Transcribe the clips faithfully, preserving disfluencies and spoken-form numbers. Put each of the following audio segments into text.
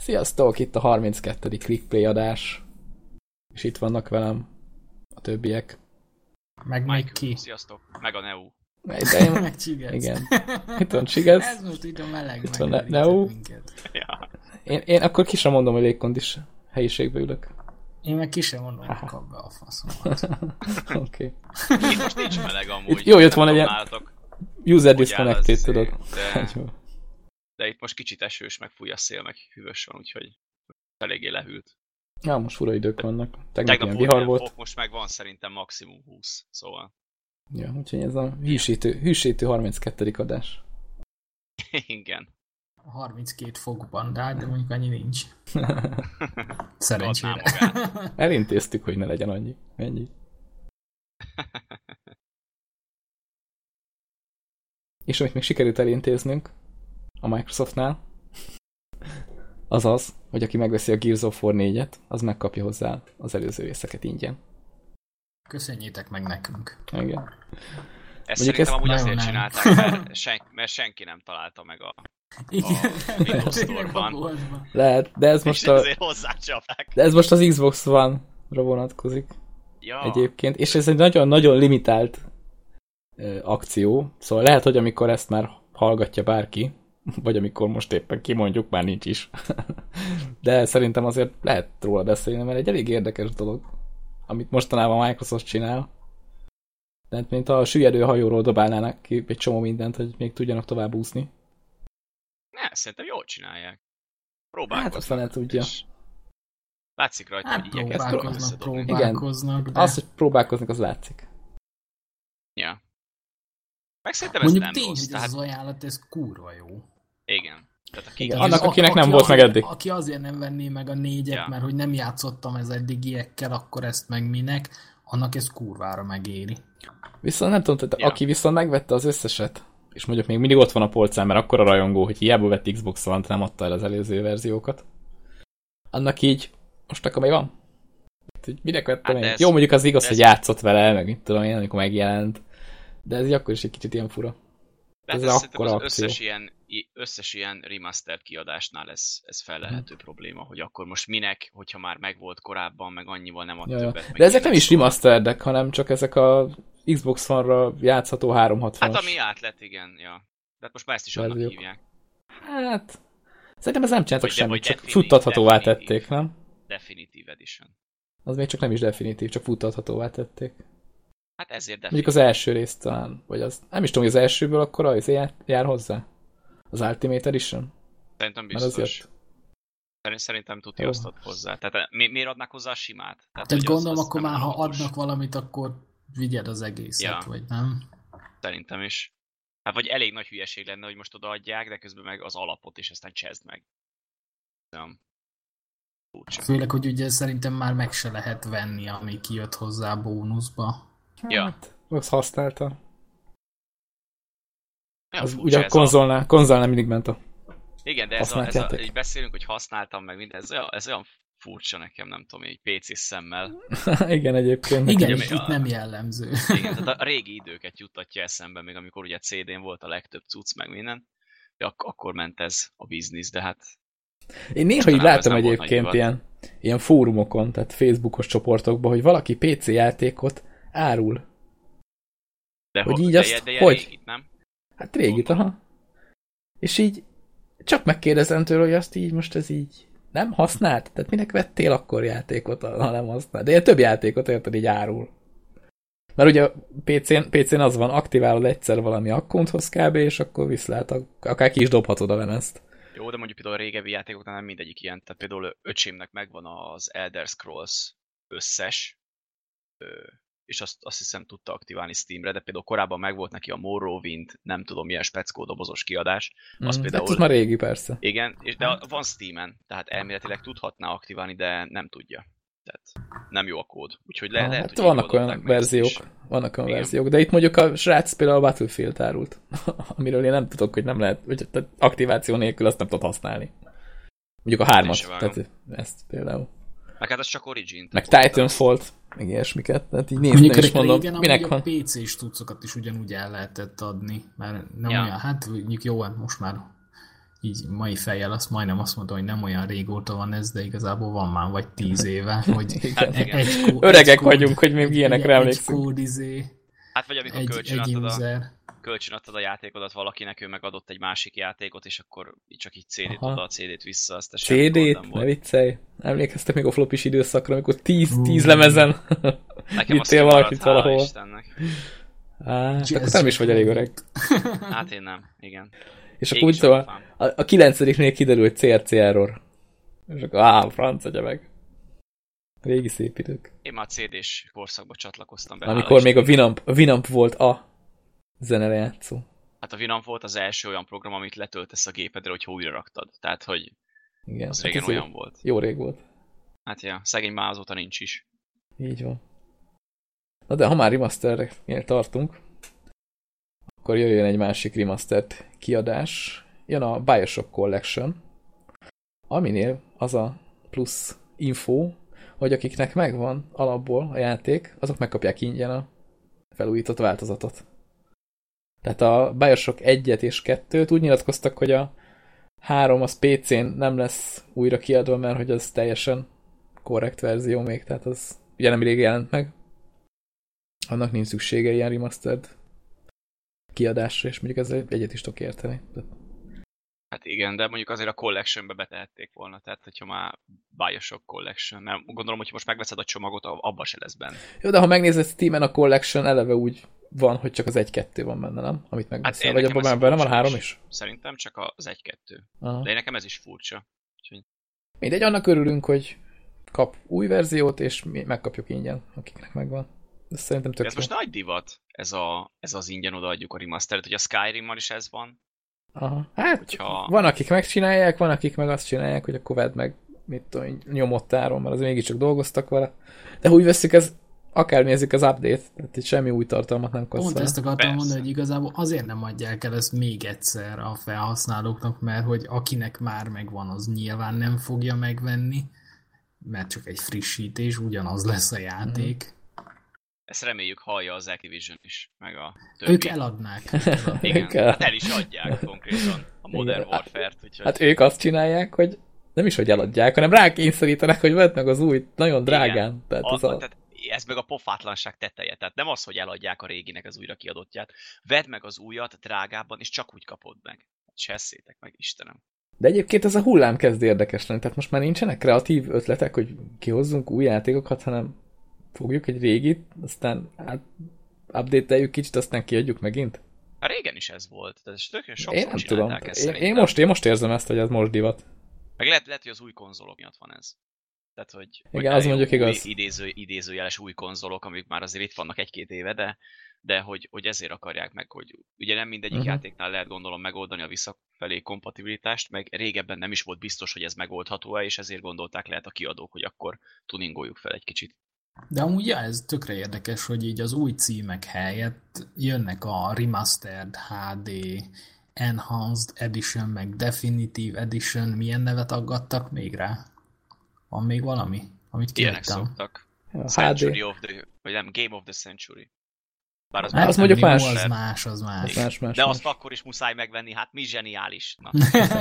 Sziasztok, itt a harminckettedik Clickplay adás. És itt vannak velem a többiek. Meg meg ki? Sziasztok, meg a Neu. Meg Csigez. Igen. Itt van Csigez. Ez most itt a meleg itt van ne- Neu. Ja. Én, én akkor ki sem mondom, hogy légkondis helyiségbe ülök. Én meg ki sem mondom, hogy kap be a faszomat. Oké. Okay. Itt most nincs meleg amúgy. Itt jó jött volna egy ilyen user disconnected, tudod. De, de itt most kicsit esős, meg fúj a szél, meg hűvös van, úgyhogy eléggé lehűlt. Ja, most fura idők vannak. Tegnap, Tegnap ilyen vihar volt. Fok, most meg van szerintem maximum húsz, szóval. Ja, úgyhogy ez a hűsítő, hűsítő harminckettedik adás. Igen. harminckét fokban, de hát de mondjuk annyi nincs. Szerencsére. Elintéztük, hogy ne legyen annyi. Ennyi. És amit még sikerült elintéznünk a Microsoftnál, az az, hogy aki megveszi a Gears of War négyet, az megkapja hozzá az előző részeket ingyen. Köszönjétek meg nekünk. Igen. Ezt mondjuk szerintem ezt amúgy azért nem csinálták, mert, sen, mert senki nem találta meg a, Igen, a Windows Store-ban. Lehet, de ez most a... De ez most az Xbox One-ra vonatkozik. Ja. Egyébként. És ez egy nagyon-nagyon limitált ö, akció. Szóval lehet, hogy amikor ezt már hallgatja bárki, vagy amikor most éppen kimondjuk, már nincs is. De szerintem azért lehet róla beszélni, mert egy elég érdekes dolog, amit mostanában a Microsoft csinál. Tehát mint a süllyedő hajóról dobálnának ki egy csomó mindent, hogy még tudjanak tovább úszni. Ne, szerintem jól csinálják. Próbálkoznak. Hát azt fele tudja. Látszik rajta, hát hogy igyekeznek próbálkoznak, próbálkoznak. Igen. De... Az, hogy próbálkoznak, az látszik. Ja. Meg szerintem ez mondjuk nem tény, rossz. hogy tehát... ez az ajánlat, ez kurva jó. Igen. Tehát aki Igen. Gears... Annak, akinek aki nem volt azért, meg eddig. Aki azért nem venné meg a négyet, ja. mert hogy nem játszottam ez eddigiekkel, akkor ezt meg minek, annak ez kurvára megéri. Viszont nem tudom, tehát ja. aki viszont megvette az összeset, és mondjuk még mindig ott van a polcán, mert akkor a rajongó, hogy hiába vett Xbox One-t, nem adta el az előző verziókat. Annak így, most akkor még van? Minek vettem hát én? Jó, mondjuk az igaz, hogy játszott vele, meg mit tudom én, amikor megjelent. De ez így akkor is egy kicsit ilyen fura. Ez, ez akkor az összes ilyen, összes ilyen remaster kiadásnál ez, ez felelhető hmm. probléma, hogy akkor most minek, hogyha már megvolt korábban, meg annyival nem ad ja, többet. De ezek nem is remasteredek, hanem csak ezek a Xbox One-ra játszható háromszázhatvanas. Hát ami átlet, igen, ja. De hát most már ezt is annak hívják. Hát, szerintem ez nem csináltak semmit, csak definitív, futtathatóvá tették, nem? Definitív Edition. Az még csak nem is definitív, csak futtathatóvá tették. Hát ezért definitív. Mondjuk az első részt talán, vagy az, nem is tudom, hogy az elsőből akkor az jár, jár hozzá? Az Ultimate Edition? Szerintem biztos. Szerintem tudja azt ad hozzá. Tehát mi, miért adnak hozzá a simát? Tehát, Tehát gondolom, az, akkor már ha adnak valamit, akkor vigyed az egészet, ja. vagy nem? Szerintem is. Hát vagy elég nagy hülyeség lenne, hogy most odaadják, de közben meg az alapot, és aztán cseszd meg. Nem. Főleg, hogy ugye szerintem már meg se lehet venni, ami kijött hozzá bónuszba. Ja. Hát, azt használta. Ja, az ugye a konzolnál, a... konzolnál mindig ment a igen, de ez a, ez a, így beszélünk, hogy használtam meg minden, ez olyan, ez olyan furcsa nekem, nem tudom, egy pé cé szemmel. Igen, egyébként. Igen, itt, itt nem jellemző. Igen, tehát a régi időket juttatja eszembe, még amikor ugye cé dén volt a legtöbb cucc, meg minden, de ak- akkor ment ez a biznisz, de hát... Én néha így látom egyébként ilyen, ilyen fórumokon, tehát Facebookos csoportokban, hogy valaki pé cé játékot árul. De hogy ho- így de azt, de hogy? Régit, nem? Hát régit, aha. És így csak megkérdezem tőle, hogy azt így most ez így nem használt? Tehát minek vettél akkor játékot, ha nem használt? De ilyen több játékot érted, így árul. Mert ugye pé cén, pé cén az van, aktiválod egyszer valami akkunthoz kb, és akkor visszlát, akár ki is dobhatod a lemezt. Jó, de mondjuk például a régebbi játékoknál nem mindegyik ilyen. Tehát például öcsémnek megvan az Elder Scrolls összes, és azt, azt hiszem tudta aktiválni Steamre, de például korábban megvolt neki a Morrowind, nem tudom milyen speckó dobozos kiadás. Az mm, például... Hát ez már régi, persze. Igen, és de van Steamen, tehát elméletileg tudhatná aktiválni, de nem tudja. Tehát nem jó a kód. Úgyhogy le, ah, lehet, hát hogy vannak olyan verziók, vannak olyan igen. verziók, de itt mondjuk a srác például a Battlefield árult, amiről én nem tudok, hogy nem lehet, hogy aktiváció nélkül azt nem tudod használni. Mondjuk a hármat, tehát ezt például. Meg hát az csak Origin. Meg Titanfall-t, meg ilyesmiket, tehát így néztem is mondom, régen, minek van. A pé cés tucokat is ugyanúgy el lehetett adni, mert nem ja. olyan, hát mondjuk jó, most már így mai fejjel azt majdnem azt mondta, hogy nem olyan régóta van ez, de igazából van már vagy tíz éve, hogy Hát egy, egy kód, öregek egy kód, vagyunk, hogy még ilyenekre emlékszünk. Egy kód izé, Hát vagy amikor egy, kölcsönadtad, egy a, kölcsönadtad a játékodat valakinek, ő megadott egy másik játékot, és akkor így csak így cé dét Aha. oda, a cé dét vissza, azt cé dét? Ne viccelj! Emlékeztek még a flopis időszakra, amikor tíz, tíz lemezen nekem azt vittél valakit valahol. Istennek. Hát, akkor nem is vagy elég öreg. Hát én nem, igen. És akkor úgy szóval a, a kilencediknél kiderül, hogy cé er cé error. És akkor áh, franc agya meg. Régi szép idők. Én már cé dés korszakba csatlakoztam be. Amikor még a Winamp, a Winamp volt a zenelejátszó. Hát a Winamp volt az első olyan program, amit letöltesz a gépedre, hogyha újra raktad. Tehát, hogy igen, az hát régen olyan jó, volt. Jó rég volt. Hát ja, szegény már azóta nincs is. Így van. Na de ha már remasternél tartunk, akkor jöjjön egy másik remastered kiadás. Jön a Bioshock Collection, aminél az a plusz info, hogy akiknek megvan alapból a játék, azok megkapják ingyen a felújított változatot. Tehát a Bioshock egyet és kettőt úgy nyilatkoztak, hogy a három az pé cén nem lesz újra kiadva, mert hogy az teljesen korrekt verzió még, tehát az ugye nem rég jelent meg. Annak nincs szüksége ilyen remastered kiadásra, és mondjuk ezzel egyet is tudok érteni. Hát igen, de mondjuk azért a Collectionbe betehették volna, tehát hogyha már Bioshock Collection, mert gondolom, hogy most megveszed a csomagot, abba se lesz benne. Jó, de ha megnézed Steamen, a Collection eleve úgy van, hogy csak az egy-kettő van benne, nem? Amit megveszel. Hát vagy abban már benne van három is? Szerintem csak az egy-kettő. Aha. De én nekem ez is furcsa. Úgyhogy... Mindegy, annak örülünk, hogy kap új verziót, és mi megkapjuk ingyen, akiknek megvan. Ez szerintem tök ez most nagy divat, ez, a, ez az ingyen odaadjuk a remasteret, hogy a Skyrim-mal is ez van. Aha. Hát hogyha... van, akik megcsinálják, van, akik meg azt csinálják, hogy akkor vedd meg, mit tudom, nyomott áron, mert azért mégiscsak dolgoztak vele. De úgy veszük, ez akár nézzük az update, tehát itt semmi új tartalmat nem koszol. Pont ezt akartam Persze. mondani, hogy igazából azért nem adják el ezt még egyszer a felhasználóknak, mert hogy akinek már megvan, az nyilván nem fogja megvenni, mert csak egy frissítés, ugyanaz lesz a játék. Mm. Ezt reméljük hallja az Activision is, meg a többi. Ők eladnák. Igen, hát el is adják konkrétan a Modern Warfare-t. Úgyhogy... Hát ők azt csinálják, hogy nem is, hogy eladják, hanem rákényszerítenek, hogy vedd meg az új, nagyon drágán. Tehát, a, az a... tehát ez meg a pofátlanság teteje. Tehát nem az, hogy eladják a réginek az újra kiadottját. Vedd meg az újat drágábban, és csak úgy kapod meg. Csesszétek meg, Istenem. De egyébként ez a hullám kezd érdekes lenni. Tehát most már nincsenek kreatív ötletek, hogy kihozzunk új játékokat, hanem fogjuk egy régit, aztán hát update-eljük kicsit, aztán kiadjuk megint. A régen is ez volt. Tehát sokszor én nem tudom. Ezt, én, én, most, én most érzem ezt, hogy ez most divat. Meg lehet, lehet, hogy az új konzolok miatt van ez. Tehát, hogy, igen, hogy az mondjuk új, igaz. Idéző, idézőjeles új konzolok, amik már azért itt vannak egy-két éve, de, de hogy, hogy ezért akarják meg, hogy ugye nem mindegyik uh-huh. játéknál lehet gondolom megoldani a visszafelé kompatibilitást, meg régebben nem is volt biztos, hogy ez megoldható-e, és ezért gondolták lehet a kiadók, hogy akkor tuningoljuk fel egy kicsit. De amúgy ja, ez tökre érdekes, hogy így az új címek helyett jönnek a Remastered há dé, Enhanced Edition, meg Definitive Edition, milyen nevet aggattak még rá? Van még valami, amit ilyenek kihagytam? szoktak. Ja, Century of the, vagy nem, Game of the Century. Bár az, hát, az mondjuk más. Az más, az más. Az más, más de más. azt akkor is muszáj megvenni, hát mi zseniális. Na.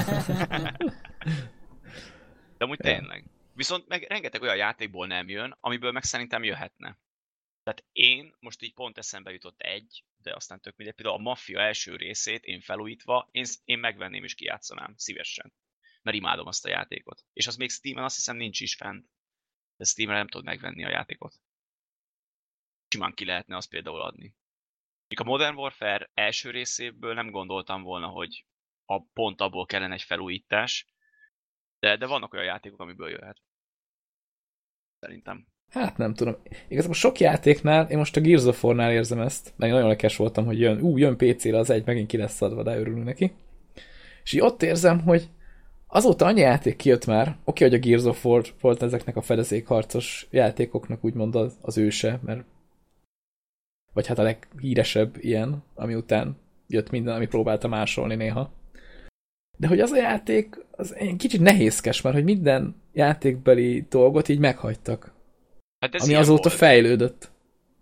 De amúgy ja. Tényleg. Viszont meg rengeteg olyan játékból nem jön, amiből meg szerintem jöhetne. Tehát én, most így pont eszembe jutott egy, de aztán tök mindegy, például a Mafia első részét én felújítva, én, én megvenném és kijátszanám szívesen. Mert imádom azt a játékot. És az még Steamen azt hiszem nincs is fent. De Steamre nem tudod megvenni a játékot. Simán ki lehetne azt például adni. Míg a Modern Warfare első részéből nem gondoltam volna, hogy a pont abból kellene egy felújítás, de, de vannak olyan játékok, amiből jöhet. Szerintem. Hát nem tudom. Igazából sok játéknál, én most a Gears of War-nál érzem ezt, mert én nagyon lekes voltam, hogy jön, ú, jön pé cére az egy, megint ki lesz adva, de örülünk neki. És így ott érzem, hogy azóta annyi játék kijött már, oké, hogy a Gears of War volt ezeknek a fedezékharcos játékoknak úgymond az, az őse, mert vagy hát a leghíresebb ilyen, ami után jött minden, ami próbálta másolni néha. De hogy az a játék, az egy kicsit nehézkes, mert hogy minden játékbeli dolgot így meghagytak. Hát ami azóta volt. fejlődött.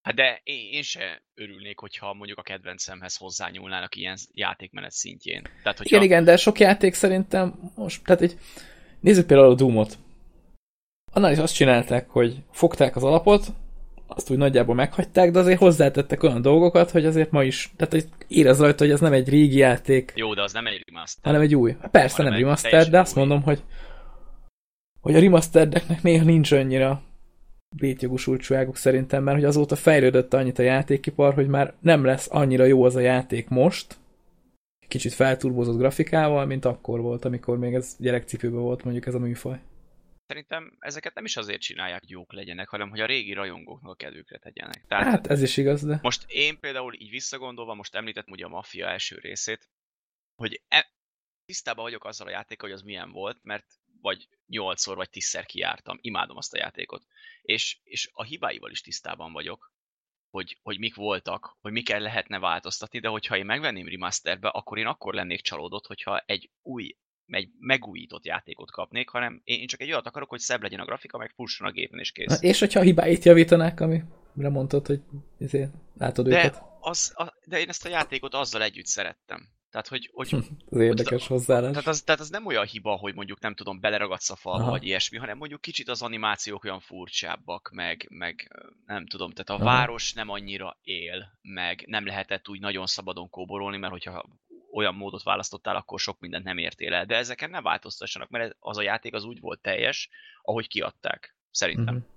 Hát de én, én se örülnék, hogyha mondjuk a kedvencemhez hozzányúlnának ilyen játékmenet szintjén. Tehát, hogyha... Igen, igen, de sok játék szerintem most, tehát egy, nézzük például a Doom-ot. Annál is azt csinálták, hogy fogták az alapot, azt úgy nagyjából meghagyták, de azért hozzátettek olyan dolgokat, hogy azért ma is, tehát érez rajta, hogy ez nem egy régi játék. Jó, de az nem egy remaster. Hanem egy új. Persze hanem nem remaster, de azt új. mondom, hogy hogy a remasteredeknek néha nincs annyira létjogosultságuk szerintem, mert hogy azóta fejlődött annyit a játékipar, hogy már nem lesz annyira jó az a játék most, kicsit felturbozott grafikával, mint akkor volt, amikor még ez gyerekcipőben volt mondjuk ez a műfaj. Szerintem ezeket nem is azért csinálják, hogy jók legyenek, hanem hogy a régi rajongóknak a kedvükre tegyenek. Tehát hát ez is igaz, de... Most én például így visszagondolva, most említettem ugye a Mafia első részét, hogy e- tisztában vagyok azzal a játékkal, hogy az milyen volt, mert vagy nyolcszor, vagy tízszer kijártam. Imádom azt a játékot. És, és a hibáival is tisztában vagyok, hogy, hogy mik voltak, hogy miket lehetne változtatni, de hogyha én megvenném remasterbe, akkor én akkor lennék csalódott, hogyha egy új, egy megújított játékot kapnék, hanem én csak egy olyat akarok, hogy szebb legyen a grafika, meg fusson a gépen, és kész. És hogyha a hibáit javítanák, amire mondtad, hogy ezért látod de őket. Az, a, de én ezt a játékot azzal együtt szerettem. Tehát, hogy... hogy az érdekes hozzáállás. Tehát az, tehát az nem olyan hiba, hogy mondjuk nem tudom, beleragadsz a falba, vagy ilyesmi, hanem mondjuk kicsit az animációk olyan furcsábbak, meg, meg nem tudom, tehát a Aha. város nem annyira él, meg nem lehetett úgy nagyon szabadon kóborolni, mert hogyha olyan módot választottál, akkor sok mindent nem értél el. De ezeken ne változtassanak, mert az a játék az úgy volt teljes, ahogy kiadták. Szerintem. Uh-huh.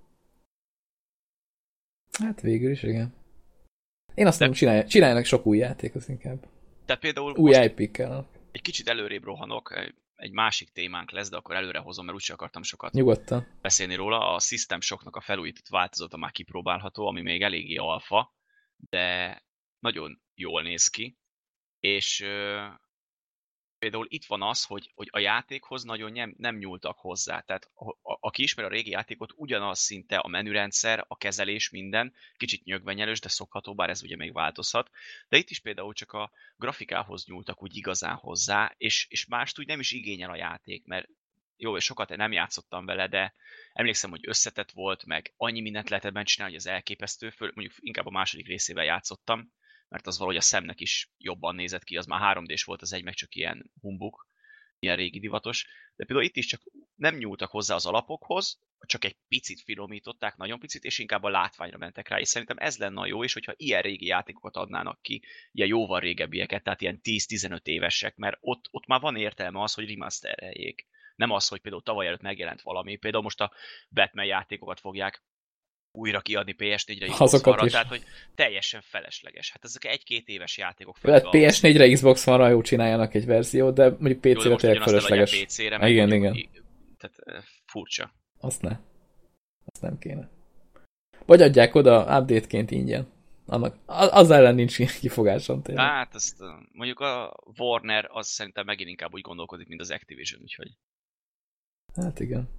Hát végül is, igen. Én azt de... mondom, csinálj, csináljanak sok új játékot inkább. Tehát például új i pé-kkel. Egy kicsit előrébb rohanok, egy másik témánk lesz, de akkor előre hozom, mert úgyse akartam sokat Nyugodtan. beszélni róla. A System Shocknak a felújított változata már kipróbálható, ami még eléggé alfa, de nagyon jól néz ki. És euh, például itt van az, hogy, hogy a játékhoz nagyon nem, nem nyúltak hozzá. Tehát a, a, aki ismer a régi játékot, ugyanaz szinte a menürendszer, a kezelés, minden, kicsit nyögvenyelős, de szokható, bár ez ugye még változhat. De itt is például csak a grafikához nyúltak úgy igazán hozzá, és, és mást úgy nem is igényel a játék, mert jó, és sokat nem játszottam vele, de emlékszem, hogy összetett volt, meg annyi mindent lehetett benne csinálni, hogy az elképesztő, föl, mondjuk inkább a második részével játszottam, mert az valahogy a szemnek is jobban nézett ki, az már három dés volt, az egy meg csak ilyen humbuk, ilyen régi divatos, de például itt is csak nem nyúltak hozzá az alapokhoz, csak egy picit finomították, nagyon picit, és inkább a látványra mentek rá, és szerintem ez lenne a jó, és hogyha ilyen régi játékokat adnának ki, ilyen jóval régebbieket, tehát ilyen tíz-tizenöt évesek, mert ott, ott már van értelme az, hogy remastereljék. Nem az, hogy például tavaly előtt megjelent valami, például most a Batman játékokat fogják újra kiadni pé es négyre, Xbox One-ra, tehát hogy teljesen felesleges. Hát ezek egy-két éves játékok. Lehet pé es négyre, Xbox One-ra jó csináljanak egy verziót, de mondjuk pé cére tényleg felesleges. pé cére, ah, igen, igen. Tehát furcsa. Azt ne. Azt nem kéne. Vagy adják oda update-ként ingyen. Annak, az ellen nincs kifogásom tényleg. Hát azt mondjuk a Warner az szerintem megint inkább úgy gondolkodik, mint az Activision, úgyhogy. Hát igen.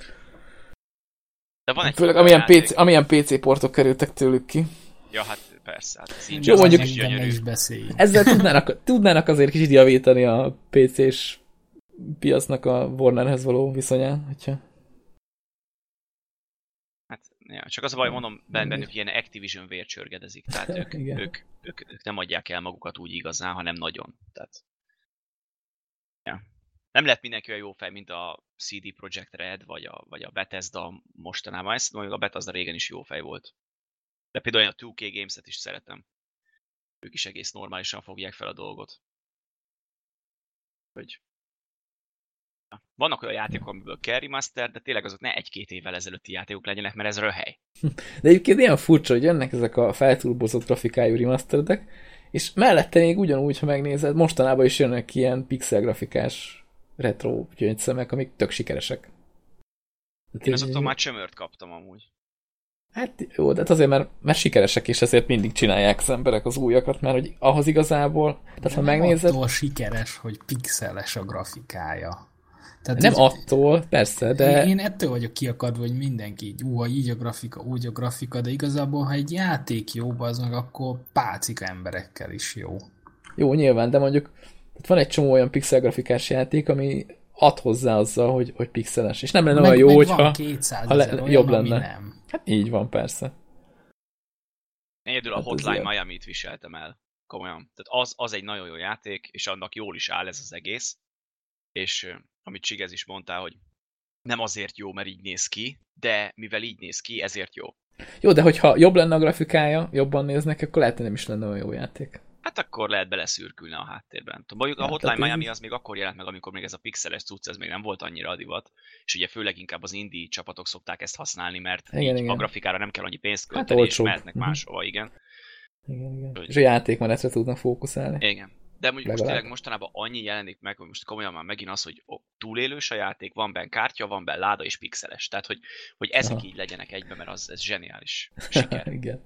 De van egy főleg amilyen pé cé, amilyen pé cé portok kerültek tőlük ki. Ja, hát persze. Hát ez jó, mondjuk is ezzel tudnának, tudnának azért kicsit javítani a pé cés piacnak a Warnerhez való viszonyán, hogyha... Hát, ja, csak az a baj, mondom, bennük ilyen Activision vér csörgedezik, tehát ők, ők, ők, ők nem adják el magukat úgy igazán, hanem nagyon. Tehát... Ja. Nem lehet mindenki olyan jó fej, mint a cé dé Projekt Red, vagy a, vagy a Bethesda mostanában. Ezt mondjuk a Bethesda régen is jó fej volt. De például én a two K Games-et is szeretem. Ők is egész normálisan fogják fel a dolgot. Hogy... Vannak olyan játékok, amiből kell remaster, de tényleg azok ne egy-két évvel ezelőtti játékok legyenek, mert ez röhely. De egyébként ilyen furcsa, hogy jönnek ezek a feltúlbozott grafikájú remasteredek, és mellette még ugyanúgy, ha megnézed, mostanában is jönnek ilyen pixel grafikás retro gyöngyszemek, amik tök sikeresek. Tehát én azoktól már csömört kaptam amúgy. Hát jó, de hát azért, mert, mert sikeresek, és ezért mindig csinálják az emberek az újakat, mert hogy ahhoz igazából, tehát ha megnézed... Attól sikeres, hogy pixeles a grafikája. Tehát nem ez, attól, persze, de... Én ettől vagyok kiakadva, hogy mindenki így, ú, így a grafika, úgy a grafika, de igazából, ha egy játék jó, az meg akkor pácika emberekkel is jó. Jó, nyilván, de mondjuk van egy csomó olyan pixel grafikás játék, ami ad hozzá azzal, hogy, hogy pixeles. És nem lenne meg, olyan jó, hogyha ha le, olyan, jobb lenne. Nem. Hát így van, persze. Én egyedül a Hát ez Hotline ilyen. Miami-t viseltem el. Komolyan. Tehát az, az egy nagyon jó játék, és annak jól is áll ez az egész. És ö, amit Csigez is mondtál, hogy nem azért jó, mert így néz ki, de mivel így néz ki, ezért jó. Jó, de hogyha jobb lenne a grafikája, jobban néznek, akkor lehet, hogy nem is lenne olyan jó játék. Hát akkor lehet beleszürkülni a háttérben. Mondjuk a Ja, Hotline tehát Miami ez- az még akkor jelent meg, amikor még ez a pixeles cucc, ez még nem volt annyira a divat. És ugye főleg inkább az indie csapatok szokták ezt használni, mert Igen, így igen. a grafikára nem kell annyi pénzt Hát költeni, és olcsóbb. mehetnek Mhm. máshova, igen. Igen, igen. Hogy- És a játékmenetre tudnak fókuszálni. Igen. De mondjuk most Legalább. tényleg mostanában annyi jelenik meg, hogy most komolyan már megint az, hogy ó, túlélős a játék, van benne kártya, van benne láda és pixeles. Tehát, hogy, hogy ezek Aha. így legyenek egyben, mert az, ez zseniális siker. Igen.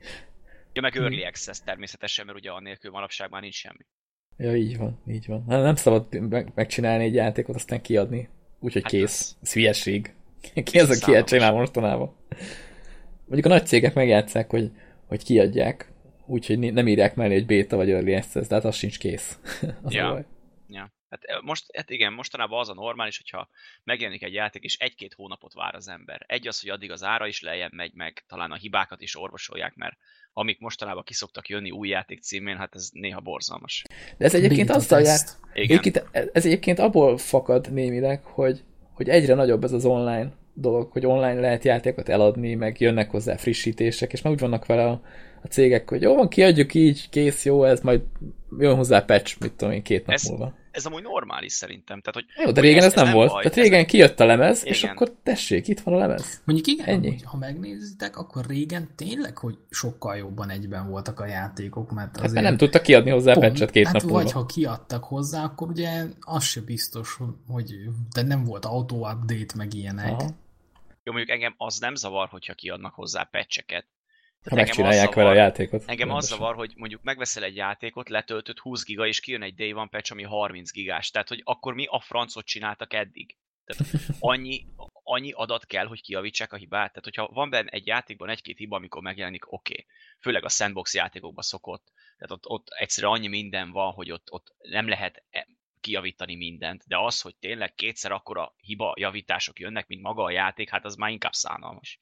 Ja, meg Early Access természetesen, mert ugye annélkül manapság már nincs semmi. Ja, így van, így van. Hát nem szabad meg- megcsinálni egy játékot, aztán kiadni. Úgyhogy Hát kész. ez- Ez hülyeség. Ki És az, a aki ilyet számom csinál mostanában? Mondjuk a nagy cégek megjátszák, hogy, hogy kiadják, úgyhogy ni- nem írják mellé, hogy beta vagy early access, de hát az sincs kész. Az Ja. a baj. Ja. Hát eh, most, hát igen, mostanában az a normális, hogyha megjelenik egy játék, és egy-két hónapot vár az ember. Egy az, hogy addig az ára is lejjebb megy, meg talán a hibákat is orvosolják, mert amik mostanában kiszoktak jönni új játék címén, hát ez néha borzalmas. De ez egyébként Beta azzal jár, teszt. Igen. egyébként, ez egyébként abból fakad némileg, hogy, hogy egyre nagyobb ez az online dolog, hogy online lehet játékot eladni, meg jönnek hozzá frissítések, és már úgy vannak vele a, a cégek, hogy jó van, kiadjuk így, kész, jó, ez majd jön hozzá patch, mit tudom én, két nap Ez- múlva. Ez amúgy normális szerintem. Tehát, hogy, Jó, de hogy régen ez, nem volt. baj, Tehát ez- régen kijött a lemez, és Igen. akkor tessék, itt van a lemez. Mondjuk igen, Ennyi. amúgy, ha megnézitek, akkor régen tényleg, hogy sokkal jobban egyben voltak a játékok, mert Hát azért... mert nem tudtak kiadni hozzá pont, patchet két hát nap múlva. vagy ha kiadtak hozzá, akkor ugye az se biztos, hogy de nem volt auto-update, meg ilyenek. Aha. Jó, mondjuk engem az nem zavar, hogyha kiadnak hozzá patcheket. Ha Tehát engem az megcsinálják vele a zavar- játékot. Engem az rendesen. zavar, hogy mondjuk megveszel egy játékot, letöltöd húsz giga, és kijön egy Day One patch, ami harminc gigás. Tehát, hogy akkor mi a francot csináltak eddig? Tehát annyi, annyi adat kell, hogy kijavítsák a hibát. Tehát, hogyha van benne egy játékban egy-két hiba, amikor megjelenik, oké. Okay. Főleg a sandbox játékokban szokott. Tehát ott, ott egyszerűen annyi minden van, hogy ott, ott nem lehet e- kijavítani mindent. De az, hogy tényleg kétszer akkora hiba javítások jönnek, mint maga a játék, hát az már inkább szánalmas.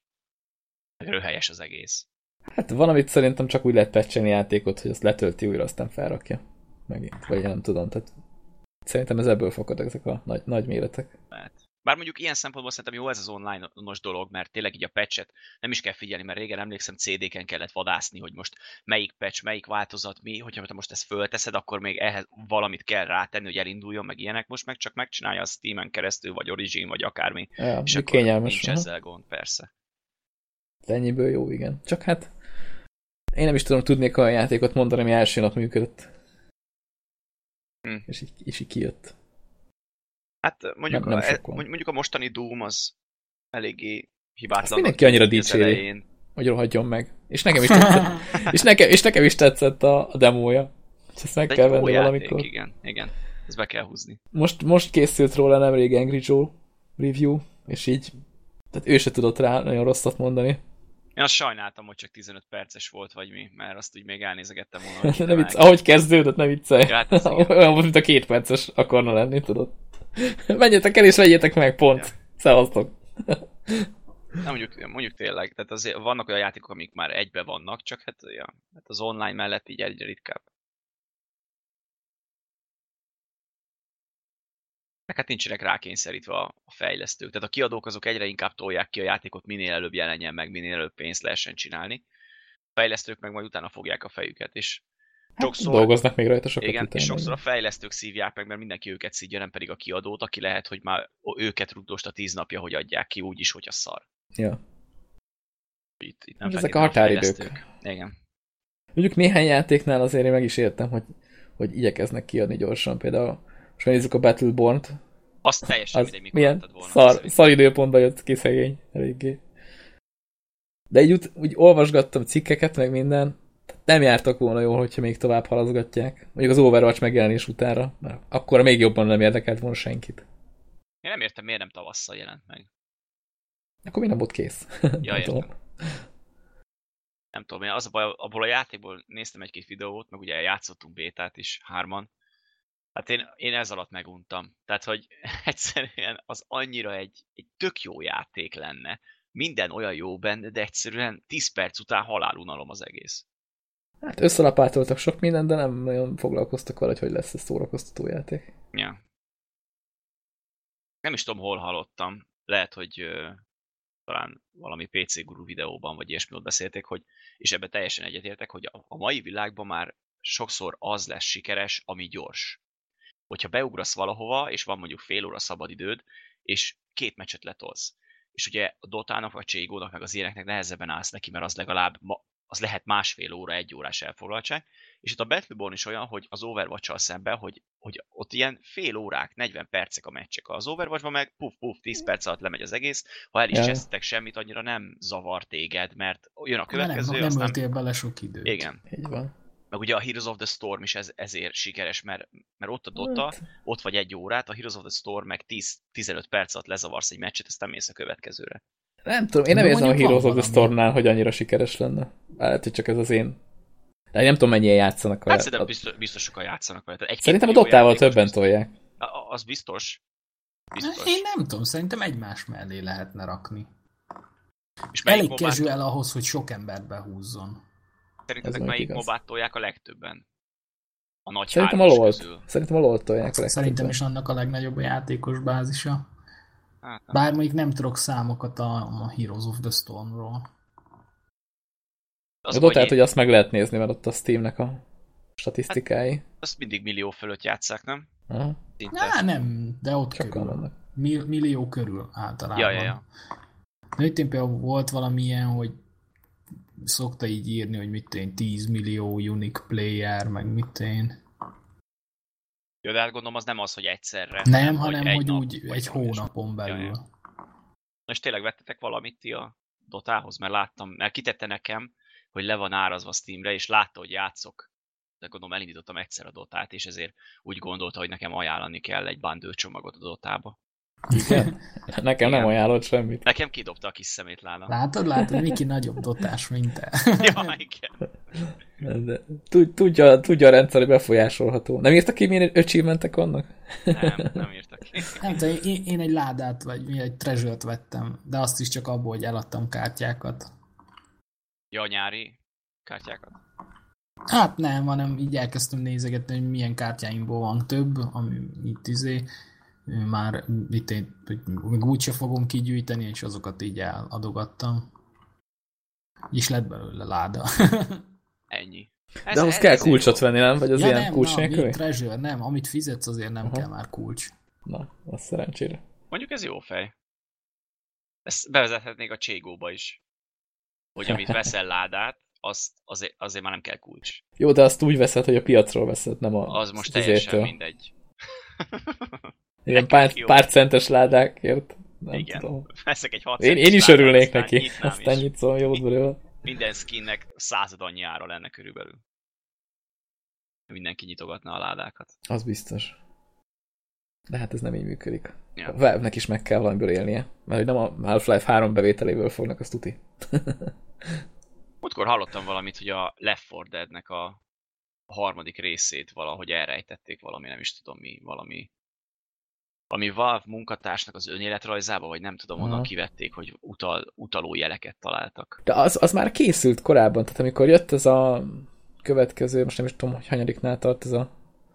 Röhelyes az egész. Hát van, amit szerintem csak úgy lehet patchelni játékot, hogy azt letölti újra, aztán felrakja. Megint. Vagy én nem tudom. Tehát szerintem ez ebből fakadnak ezek a nagy, nagy méretek. Lehet. Bár mondjuk ilyen szempontból szerintem jó ez az online-os dolog, mert tényleg így a patchet nem is kell figyelni, mert régen emlékszem cé dé-ken kellett vadászni, hogy most melyik patch, melyik változat mi, hogyha te most ezt fölteszed, akkor még ehhez valamit kell rátenni, hogy elinduljon, meg ilyenek, most meg csak megcsinálja a Steamen keresztül, vagy Origin, vagy akármi, Ja, és mi akkor kényelmes. nincs aha. ezzel gond, persze. Ennyiből jó, igen. Csak hát én nem is tudom, tudnék olyan játékot mondani, ami első nap működött. Hm. És, így, és így kijött. Hát mondjuk, Nem- nem a, sok van. mondjuk a mostani Doom az eléggé hibátlan. mindenki annyira az dicséri. elején. Hogy rohadjon meg. És nekem is tetszett, és nekem, és nekem is tetszett a, a demója. És ezt meg De kell egy jó venni játék, valamikor. igen, igen. Ezt be kell húzni. Most, most készült róla nemrég Angry Joe review, és így tehát ő se tudott rá nagyon rosszat mondani. Én azt sajnáltam, hogy csak tizenöt perces volt, vagy mi, mert azt úgy még elnézegettem volna. hogy Ne nem vicc, el- ahogy kezdődött, ne viccelj. Ja, hát ez igen. Olyan volt, mint a két perces akarna lenni, tudod. Menjetek el és vegyétek meg, pont. Ja. Szevasztok. Nem, mondjuk, mondjuk tényleg, tehát azért vannak olyan játékok, amik már egybe vannak, csak hát, ja, hát az online mellett így egyre ritkább. Meg hát nincsenek rákényszerítve a a fejlesztők. Tehát a kiadók azok egyre inkább tolják ki a játékot, minél előbb jelenjen meg, minél előbb pénzt lehessen csinálni. A fejlesztők meg majd utána fogják a fejüket, és sokszor, Dolgoznak még rajta sokat igen, utána. és sokszor a fejlesztők szívják meg, mert mindenki őket szídja, nem pedig a kiadót, aki lehet, hogy már őket rugdosta tíz napja, hogy adják ki, úgyis, hogyha szar. Ja. Itt, itt nem Ezek a feltétlenül határidők. fejlesztők. Igen. Mondjuk néhány játéknál azért én meg is értem, hogy, hogy igyekeznek kiadni gyorsan. Például most megnézzük a Battleborn-t. Azt teljesen Az mindegy, mikor milyen adtad volna. szar, szerintem. szar időpontban jött ki szegény, eléggé. De így úgy, úgy olvasgattam cikkeket, meg minden, nem jártak volna jól, hogyha még tovább halaszgatják. Mondjuk az Overwatch megjelenés utánra, mert akkor még jobban nem érdekelt volna senkit. Én nem értem, miért nem tavasszal jelent meg. Akkor mi nem volt kész. Ja, Nem tudom. értem. Nem tudom, én az a baj, abból a játékból néztem egy-két videót, meg ugye játszottunk bétát is hárman. Hát én, én ez alatt meguntam. Tehát, hogy egyszerűen az annyira egy, egy tök jó játék lenne. Minden olyan jó benne, de egyszerűen tíz perc után halálunalom az egész. Hát összelapátoltak sok mindent, de nem nagyon foglalkoztak vele, hogy lesz ez szórakoztató játék. Ja. Nem is tudom, hol hallottam. Lehet, hogy uh, talán valami pé cé Guru videóban, vagy ilyesmi ott beszélték, hogy, és ebben teljesen egyetértek, hogy a, a mai világban már sokszor az lesz sikeres, ami gyors. Hogyha beugrasz valahova, és van mondjuk fél óra szabadidőd, és két meccset letolsz. És ugye a Dotának, vagy Cségónak, meg az ilyeneknek nehezebben állsz neki, mert az legalább ma, az lehet másfél óra, egy órás elfoglaltság. És itt a Battleborn is olyan, hogy az Overwatch-sal szemben, hogy, hogy ott ilyen fél órák, negyven percek a meccsek. Az Overwatchban meg puf, puf, tíz perc alatt lemegy az egész. Ha el is Ja. csesztetek semmit, annyira nem zavar téged, mert jön a következő. Nem, nem aztán... öltél bele sok időt. Igen. Így van. Meg ugye a Heroes of the Storm is ez, ezért sikeres, mert, mert ott a Dota, Hát. ott vagy egy órát, a Heroes of the Storm meg tíz-tizenöt perc alatt lezavarsz egy meccset, aztán mész a következőre. Nem tudom, én nem De érzem a mondjuk Heroes van of the valami. Stormnál, hogy annyira sikeres lenne. Lehet, hogy csak ez az én. De én nem tudom, mennyien játszanak. Hát a... szerintem a... biztos, biztos sokan játszanak vele. Tehát egy-két Szerintem a millió Dotával játékos többen biztos. tolják. A- a- Az biztos. Biztos. Én nem tudom, szerintem egymás mellé lehetne rakni. És melyik Elég mobát, casual ahhoz, hogy sok embert behúzzon. szerintetek Ez melyik igaz. mobát tolják a legtöbben? A nagy Szerintem a hármas LoL-t. közül. Szerintem a LoL-t tolják a legtöbben. Szerintem is annak a legnagyobb a játékos bázisa. Hát, nem. Bár még nem tudok számokat a, a Heroes of the Stormról. Az A baj, Dotát, hogy hogy azt meg lehet nézni, mert ott a Steamnek a statisztikái. azt mindig millió fölött játsszák, nem? Aha. Szinte. Á, nem, de ott Sokan körül. vannak. Mil- millió körül általában. Ja, ja, ja. De itt például volt valamilyen, hogy szokta így írni, hogy mit én, tíz millió unique player, meg mit én. Jó, de hát gondolom az nem az, hogy egyszerre. Nem, vagy hanem egy hogy nap, úgy vagy egy valami ilyesmi. hónapon belül. Ja, ja. Na és tényleg vettetek valamit ti a Dotához? Mert láttam, mert kitette nekem, hogy le van árazva Steamre, és látta, hogy játszok. De gondolom elindítottam egyszer a Dotát, és ezért úgy gondolta, hogy nekem ajánlani kell egy bundle csomagot a Dotába. Igen? Nekem nem Igen. ajánlott semmit. Nekem kidobta a kis szemétláda. Látod, látod, Miki nagyobb dotás, mint te. Ja, igen. De tud- tudja, tudja a rendszer, hogy befolyásolható. Nem írtak ki, milyen achievementek vannak? Nem, nem írtak ki. Nem tudom, én, én egy ládát, vagy mi egy treasure-t vettem, de azt is csak abból, hogy eladtam kártyákat. Ja, a nyári kártyákat. Hát nem, hanem így elkezdtem nézegetni, hogy milyen kártyáimból van több, ami itt izé, már itt én, hogy még úgyse fogom kigyűjteni, és azokat így eladogattam. És lett belőle láda. Ennyi. De ahhoz kell ezért kulcsot jó. venni, nem? Vagy az Ja ilyen nem, kulcs na, mi nélküli? treasure, nem, amit fizetsz, azért nem Aha. kell már kulcs. Na, az szerencsére. Mondjuk ez jó fej. Ezt bevezethetnék a Cségóba is. Hogy amit veszel ládát, azt azért, azért már nem kell kulcs. Jó, de azt úgy veszed, hogy a piacról veszed, nem a Az most az teljesen izétől. mindegy. Igen, Nekünk pár, jó. pár centes ládákért. Nem Igen. tudom. Veszek egy hat Én, centis én is ládát, örülnék aztán neki. nyitnám Aztán is. nyitszom jót belőle. Minden skinnek század annyi ára lenne körülbelül. Mindenki nyitogatna a ládákat. Az biztos. De hát ez nem így működik. Ja. A Valve-nek is meg kell valamiből élnie. Mert hogy nem a Half-Life három bevételéből fognak, azt tuti. Múltkor hallottam valamit, hogy a Left four Dead-nek a a harmadik részét valahogy elrejtették valami, nem is tudom mi, valami valami Valve munkatársnak az önéletrajzába, vagy nem tudom, onnan Aha. kivették, hogy utal, utaló jeleket találtak. De az, az már készült korábban, tehát amikor jött ez a következő, most nem is tudom, hogy hanyadiknál tart ez a,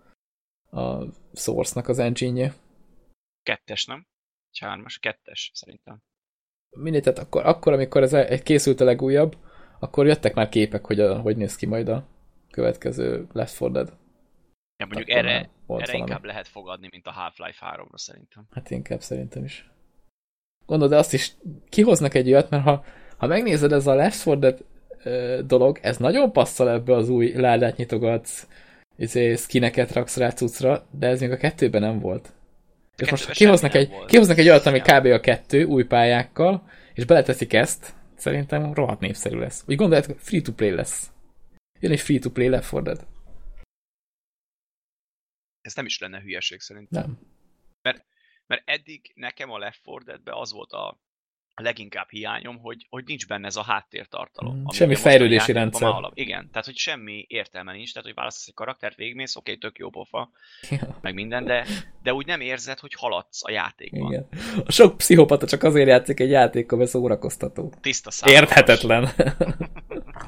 a Source-nak az engine-je. Kettes, nem? Hármas, kettes, szerintem. Mindegy, tehát akkor, akkor, amikor ez egy készült a legújabb, akkor jöttek már képek, hogy a, hogy néz ki majd a következő Left four Dead. Ja, mondjuk Akkor erre, már volt erre valami. inkább lehet fogadni, mint a Half-Life háromra szerintem. Hát inkább szerintem is. Gondolod, de azt is kihoznak egy olyat, mert ha, ha megnézed, ez a Left four Dead ö, dolog, ez nagyon passzol ebbe az új ládát nyitogatsz, izé, skineket raksz rá cuccra, de ez még a kettőben nem volt. És A most kettőben kihoznak semmi egy, nem volt. kihoznak egy olyat, ami Ja. kb. A kettő új pályákkal, és beleteszik ezt, szerintem rohadt népszerű lesz. Úgy gondolod, free-to-play lesz. Jön egy free-to-play Left four Dead. Ez nem is lenne hülyeség szerintem. Nem. Mert eddig nekem a Left four Deadben az volt a leginkább hiányom, hogy, hogy nincs benne ez a háttértartalom. Mm, ami semmi ugye mostani fejlődési játékban rendszer. már alap. Igen, tehát hogy semmi értelme nincs, tehát hogy választasz egy karaktert, végigmész, oké, tök jó pofa, Ja. meg minden, de, de úgy nem érzed, hogy haladsz a játékban. Igen. A sok pszichopata csak azért játszik egy játékkal, mert szórakoztató. Tiszta szállás. Érthetetlen.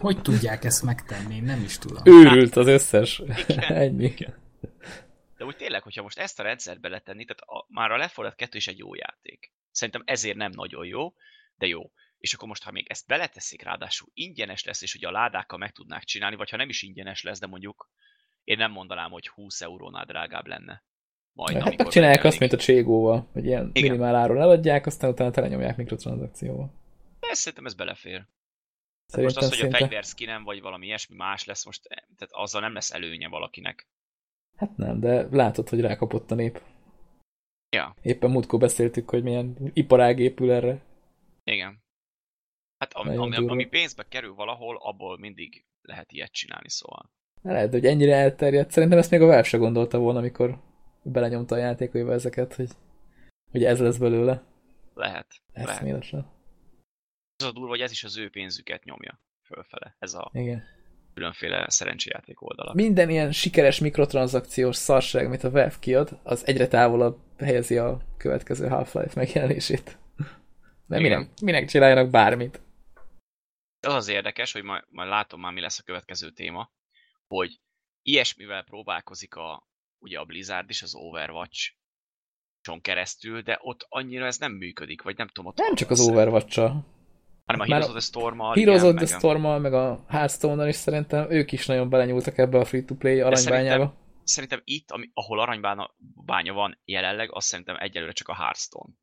Hogy tudják ezt megtenni? Nem is tudom. Őrült az összes. Igen, Ennyi. igen. De úgy tényleg, hogyha most ezt a rendszert beletenni, tehát a, már a Left four Dead kettő is egy jó játék. Szerintem ezért nem nagyon jó, de jó. És akkor most, ha még ezt beleteszik, ráadásul ingyenes lesz, és ugye a ládákkal meg tudnák csinálni, vagy ha nem is ingyenes lesz, de mondjuk én nem mondanám, hogy húsz eurónál drágább lenne. Majd, Hát amikor megcsinálják azt, megjelenik. mint a Cségóval, hogy ilyen Igen. minimál áron eladják, aztán utána telenyomják mikrotranszakcióval. De szerintem ez belefér. Tehát Szerintem most az, hogy a szinte... fegyverszkinem vagy valami ilyesmi más lesz, most tehát azzal nem lesz előnye valakinek. Hát nem, de látod, hogy rákapott a nép. Ja, Éppen múltkor beszéltük, hogy milyen iparág épül erre. igen. Hát ami, Nagyon ami, durva. ami pénzbe kerül valahol, abból mindig lehet ilyet csinálni, szóval. Lehet, hogy ennyire elterjedt. Szerintem ezt még a Valve se gondolta volna, amikor belenyomta a játékaiba ezeket, hogy, hogy ez lesz belőle. Lehet. lehet. Eszméletlen. Az a durva, hogy ez is az ő pénzüket nyomja fölfele. Ez a Igen. különféle szerencsejáték oldala. Minden ilyen sikeres mikrotranszakciós szarság, amit a Valve kiad, az egyre távolabb helyezi a következő Half-Life megjelenését. De Igen. minek, minek csináljanak bármit? Az az érdekes, hogy majd, majd látom már, mi lesz a következő téma, hogy ilyesmivel próbálkozik a, ugye a Blizzard is, az Overwatch-on keresztül, de ott annyira ez nem működik, vagy nem tudom, ott Nem csak az szerint- Overwatch-sal. hanem a már Heroes of the Storm-mal. Heroes igen, of the meg a- Storm-mal, meg a Hearthstone-nal is szerintem ők is nagyon belenyúltak ebbe a free-to-play De aranybányába. Szerintem, szerintem itt, ami, ahol aranybánya bánya van jelenleg, azt szerintem egyelőre csak a Hearthstone.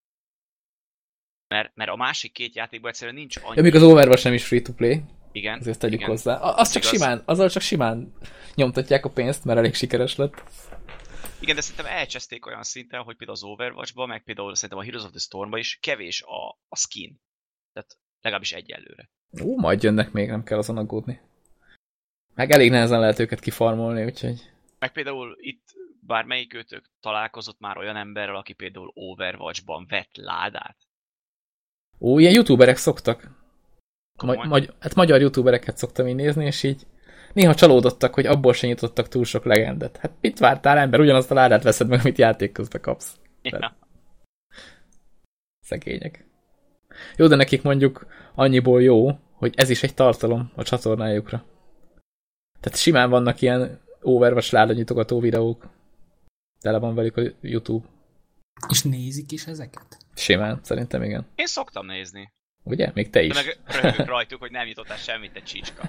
Mert, mert a másik két játékban egyszerűen nincs annyi... Ja, még az Overwatch nem is free-to-play, Igen, azért tegyük igen. hozzá. A- Az csak Igaz. simán, azzal csak simán nyomtatják a pénzt, mert elég sikeres lett. Igen, de szerintem elcseszték olyan szinten, hogy például az Overwatch-ba, meg például szerintem a Heroes of the Storm-ba is kevés a, a skin. Tehát legalábbis egyelőre. Ó, majd jönnek még, nem kell azon aggódni. Meg elég nehezen lehet őket kifarmolni, úgyhogy... Meg például itt bármelyik őtök találkozott már olyan emberrel, aki például Overwatch-ban vett ládát. Ó, ilyen youtuberek szoktak. Komoly? Ma- magy- hát magyar youtubereket szoktam így nézni, és így néha csalódottak, hogy abból se nyitottak túl sok legendet. Hát mit vártál, ember? Ugyanazt a ládát veszed meg, amit játék közben kapsz. Ja. Szegények. Jó, de nekik mondjuk annyiból jó, hogy ez is egy tartalom a csatornájukra. Tehát simán vannak ilyen Overwatch ládanyitogató videók. Tele van velük a YouTube. És nézik is ezeket? Simán, szerintem igen. Én szoktam nézni. Ugye? Még te De is. meg röhögök rajtuk, hogy nem jutottál semmit, te csicska.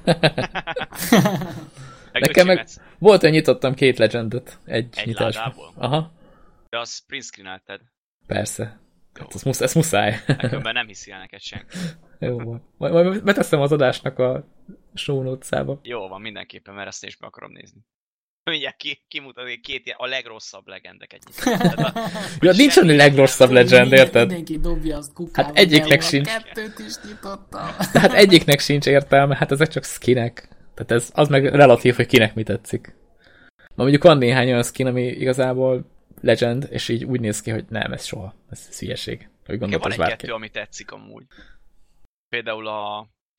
Meg Nekem meg öcsimet volt, hogy nyitottam két legendet egy, egy nyitásban. ládából. Aha, De az print screenelted. persze. Hát ez, musz, ez muszáj. Különben nem hiszi el neked senki. Jó van. Majd, majd beteszem az adásnak a show notes-ába. Jó van, mindenképpen, mert ezt én is meg akarom nézni. Mindjárt ki, kimutatni két ilyen, a legrosszabb legendeket nyitott. Tehát a- Ja, nincs annyi legrosszabb legend, Minden- érted? Mindenki dobja azt kukába. Hát egyiknek de sincs. A kettőt is nyitottam. De hát egyiknek sincs értelme, hát ezek csak skinek. Tehát ez, az meg relatív, hogy kinek mi tetszik. Ma mondjuk van néhány olyan skin, ami igazából legend, és így úgy néz ki, hogy nem, ez soha. Ez, ez hülyeség. Hogy Nekem gondolt van az bárki. egy-kettő, ami tetszik amúgy. Például a,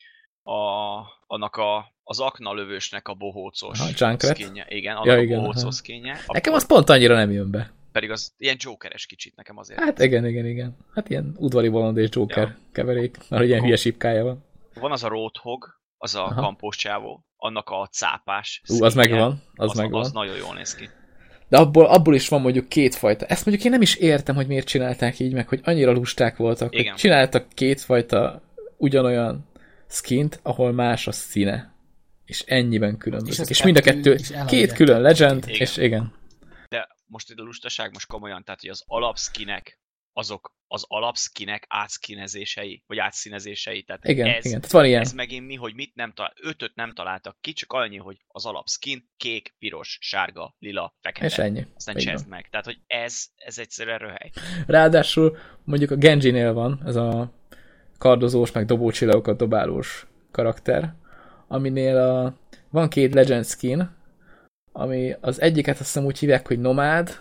a annak a, az akna lövősnek a bohócos Aha, Junkrat. skinje. Igen, annak Ja, a igen, aha. bohócos skinje. Nekem az pont annyira nem jön be. Pedig az ilyen jokeres kicsit nekem azért. Hát igen, igen, igen. Hát ilyen udvari bolond és Joker Ja. keverék, mert hogy ilyen hülye sípkája van. Van az a Roadhog, az a Aha. kampós csávó, annak a cápás Ú, az skinje. megvan, az, az, megvan. az nagyon jól néz ki. De abból, abból is van mondjuk kétfajta. Ezt mondjuk én nem is értem, hogy miért csinálták így, meg hogy annyira lusták voltak, Igen. hogy csináltak kétfajta ugyanolyan skint, ahol más a színe. És ennyiben különbözik. És És, az mind a kettő kettő, is eladják. két külön legend, Igen. és igen. De most itt a lustaság most komolyan, tehát hogy az alapskinek, azok az alapskinek átszkinezései, vagy átszínezései, tehát Igen, ez, igen. Tehát van ilyen. ez megint mi, hogy mit nem talál, ötöt nem találtak ki, csak annyi, hogy az alapskin kék, piros, sárga, lila, fekete. És ennyi. Aztán Így csezd van. meg. Tehát, hogy ez, ez egyszerűen röhely. Ráadásul mondjuk a Genjinél van ez a kardozós, meg dobócsillagokat dobálós karakter, aminél a, van két legend skin, ami az egyiket azt hiszem úgy hívják, hogy nomád,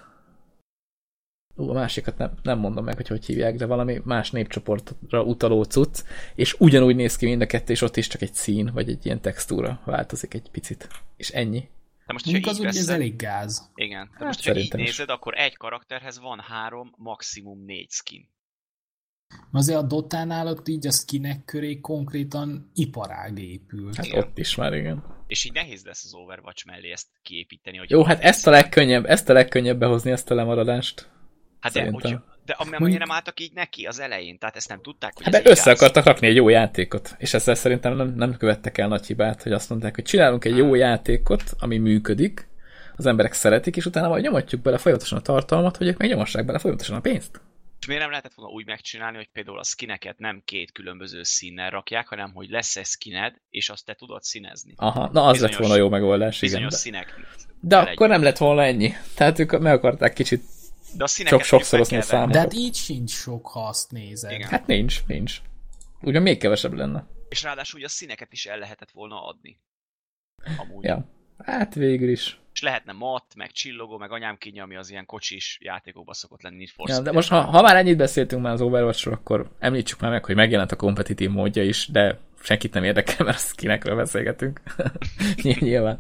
Ú, a másikat nem, nem mondom meg, hogy hogy hívják, de valami más népcsoportra utaló cucc, és ugyanúgy néz ki mind a kettő, és ott is csak egy szín, vagy egy ilyen textúra változik egy picit. És ennyi. De most, hogyha Mondjuk az így úgy, ez veszed, elég gáz. igen, de Hát most, hogyha így szerintem is. nézed, akkor egy karakterhez van három, maximum négy skin. Azért a Dotánál ott így a skinek köré konkrétan iparág épül. Hát Igen. ott is már, igen. És így nehéz lesz az Overwatch mellé ezt kiépíteni. Hogy Jó, hát ezt a legkönnyebb, ezt a legkönnyebb behozni, ezt a lemaradást. Hát de, Szerintem. hogyha, de ami Mondjuk- nem álltak így neki az elején, tehát ezt nem tudták, hogy Hát ez de egy össze gáz. akartak rakni egy jó játékot, és ezzel szerintem nem, nem követtek el nagy hibát, hogy azt mondták, hogy csinálunk egy jó játékot, ami működik, az emberek szeretik, és utána majd nyomatjuk bele folyamatosan a tartalmat, hogy ők meg nyomassák bele folyamatosan a pénzt. És miért nem lehetett volna úgy megcsinálni, hogy például a skineket nem két különböző színnel rakják, hanem hogy lesz egy skined, és azt te tudod színezni. Aha, na az Bizonyos- lett volna jó megoldás, igen. Bizonyos De, színek. de akkor nem lett volna ennyi. Tehát ők meg akarták kicsit, De a színeket Sok- sokszorozni mondjuk meg a kell De számot. hát így sincs sok, ha azt nézed. Igen. hát nincs, nincs. Ugyan még kevesebb lenne. venni. És ráadásul ugye a színeket is el lehetett volna adni. Amúgy. Ja. Hát végül is. És lehetne mat, meg csillogó, meg anyám kínja, ami az ilyen kocsis játékokban szokott lenni. Need for Ja, de Speed. most, ha, ha már ennyit beszéltünk már az Overwatchról, akkor említsük már meg, hogy megjelent a kompetitív módja is, de senkit nem érdekel, mert a skinekről beszélgetünk. Nyilván.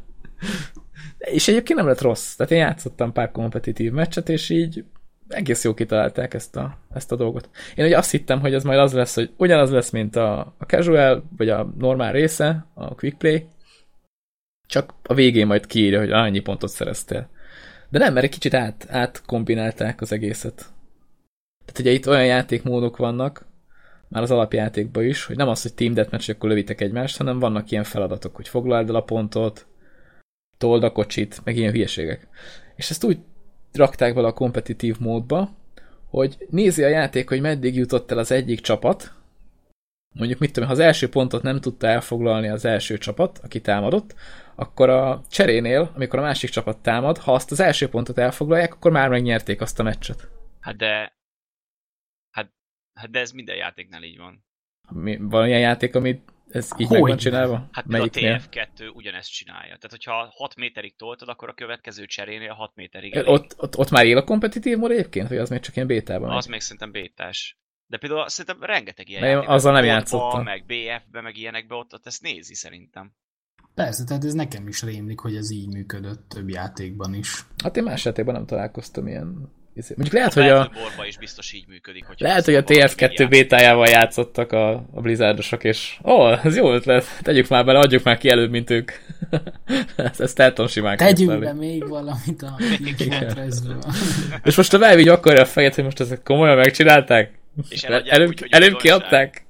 És egyébként nem lett rossz. Tehát én játszottam pár kompetitív meccset, és így egész jó kitalálták ezt a, ezt a dolgot. Én ugye azt hittem, hogy ez majd az lesz, hogy ugyanaz lesz, mint a, a casual, vagy a normál része, a quick play, csak a végén majd kiírja, hogy annyi pontot szereztél. De nem, mert egy kicsit át, átkombinálták az egészet. Tehát ugye itt olyan játékmódok vannak, már az alapjátékban is, hogy nem az, hogy team deathmatch, akkor lövitek egymást, hanem vannak ilyen feladatok, hogy foglald el a pontot, told a kocsit, meg ilyen hülyeségek. És ezt úgy rakták bele a kompetitív módba, hogy nézi a játék, hogy meddig jutott el az egyik csapat, mondjuk mit tudom, ha az első pontot nem tudta elfoglalni az első csapat, aki támadott, akkor a cserénél, amikor a másik csapat támad, ha azt az első pontot elfoglalják, akkor már megnyerték azt a meccset. Hát de... Hát, hát de ez minden játéknál így van. Mi, van ilyen játék, amit ez így Hogyne. meg van csinálva? Hát például a T Melyiknél? F kettő ugyanezt csinálja. Tehát, hogyha hat méterig toltad, akkor a következő cserénél hat méterig. Ott, ott, ott már él a kompetitív mód egyébként, vagy az még csak ilyen bétában megy? Az még szerintem bétás. De például szerintem rengeteg ilyen Mert én játék. azzal nem Codba, játszottam. Meg B F-be, meg ilyenekbe, ott, ott ezt nézi szerintem. Persze, tehát ez nekem is rémlik, hogy ez így működött több játékban is. Hát én más játékban nem találkoztam ilyen... Mondjuk lehet, A hogy a, Battleborban is biztos így működik. Hogyha lehet, hogy a T F kettő bétájával játszottak a, a Blizzardosok, és ó, oh, ez jó ötlet, tegyük már bele, adjuk már ki előbb, mint ők. ezt, ezt el tudom simán Tegyünk képzelni. be még valamit a Fortressből. És most a Valve így akarja a fejét, hogy most ezek komolyan megcsinálták? És eladják előbb, úgy, hogy előbb újdonság. kiadták?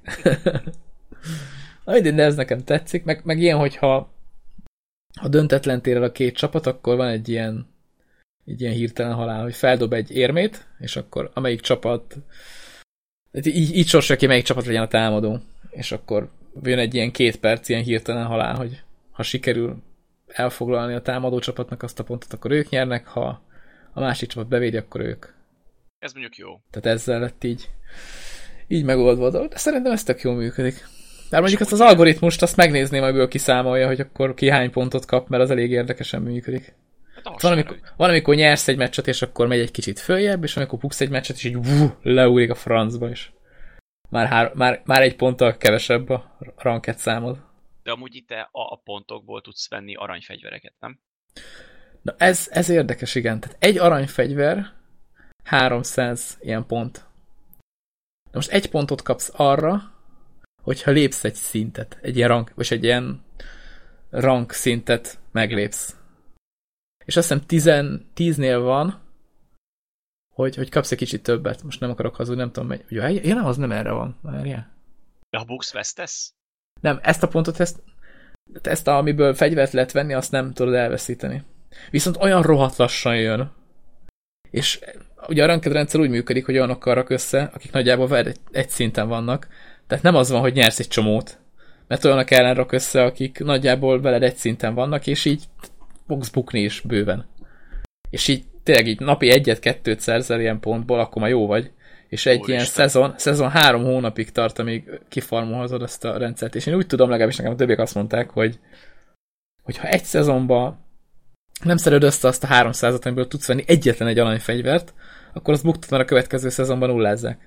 Na mindegy, de ez nekem tetszik, meg, meg ilyen, hogyha ha döntetlen tér el a két csapat, akkor van egy ilyen egy ilyen hirtelen halál, hogy feldob egy érmét, és akkor amelyik csapat így, így sorsolja ki, melyik csapat legyen a támadó. És akkor jön egy ilyen két perc ilyen hirtelen halál, hogy ha sikerül elfoglalni a támadó csapatnak azt a pontot, akkor ők nyernek, ha a másik csapat bevédi, akkor ők. Ez mondjuk jó. Tehát ezzel lett így így megoldva a dolog, de szerintem ez tök jól működik. De mondjuk azt az algoritmust, azt megnézném, amiből kiszámolja, hogy akkor ki hány pontot kap, mert az elég érdekesen működik. Hát Van amikor, van, amikor nyersz egy meccset, és akkor megy egy kicsit följebb, és amikor buksz egy meccset, és így vú, leúlik a francba is. Már, hár, már, már egy ponttal kevesebb a ranket számod. De amúgy itt te a, a pontokból tudsz venni aranyfegyvereket, nem? Na ez, ez érdekes, igen. Tehát egy aranyfegyver, háromszáz ilyen pont. De most egy pontot kapsz arra, hogyha lépsz egy szintet, egy ilyen rank, vagy egy ilyen rank szintet meglépsz. És azt hiszem tizen, tíznél van, hogy, hogy kapsz egy kicsit többet. Most nem akarok hazudni, nem tudom, hogy ja, ja, nem, az nem erre van. Várjál. De ha buksz, vesztesz? Nem, ezt a pontot, ezt, ezt a, amiből fegyvert lehet venni, azt nem tudod elveszíteni. Viszont olyan rohadt lassan jön. És ugye a ranked rendszer úgy működik, hogy olyanokkal rak össze, akik nagyjából veled egy, egy szinten vannak. Tehát nem az van, hogy nyersz egy csomót. Mert olyanok ellen rak össze, akik nagyjából veled egy szinten vannak, és így fogsz bukni is bőven. És így tényleg így napi egyet-kettőt szerzel ilyen pontból, akkor már jó vagy. És egy Úristen. ilyen szezon, szezon három hónapig tart, amíg kifarmolhatod ezt a rendszert. És én úgy tudom, legalábbis nekem a többiek azt mondták, hogy hogyha egy szezonban nem szered össze azt a háromszázat, amiből tudsz venni egyetlen egy aranyfegyvert, akkor azt buktatlan a következő szezonban nullázzák.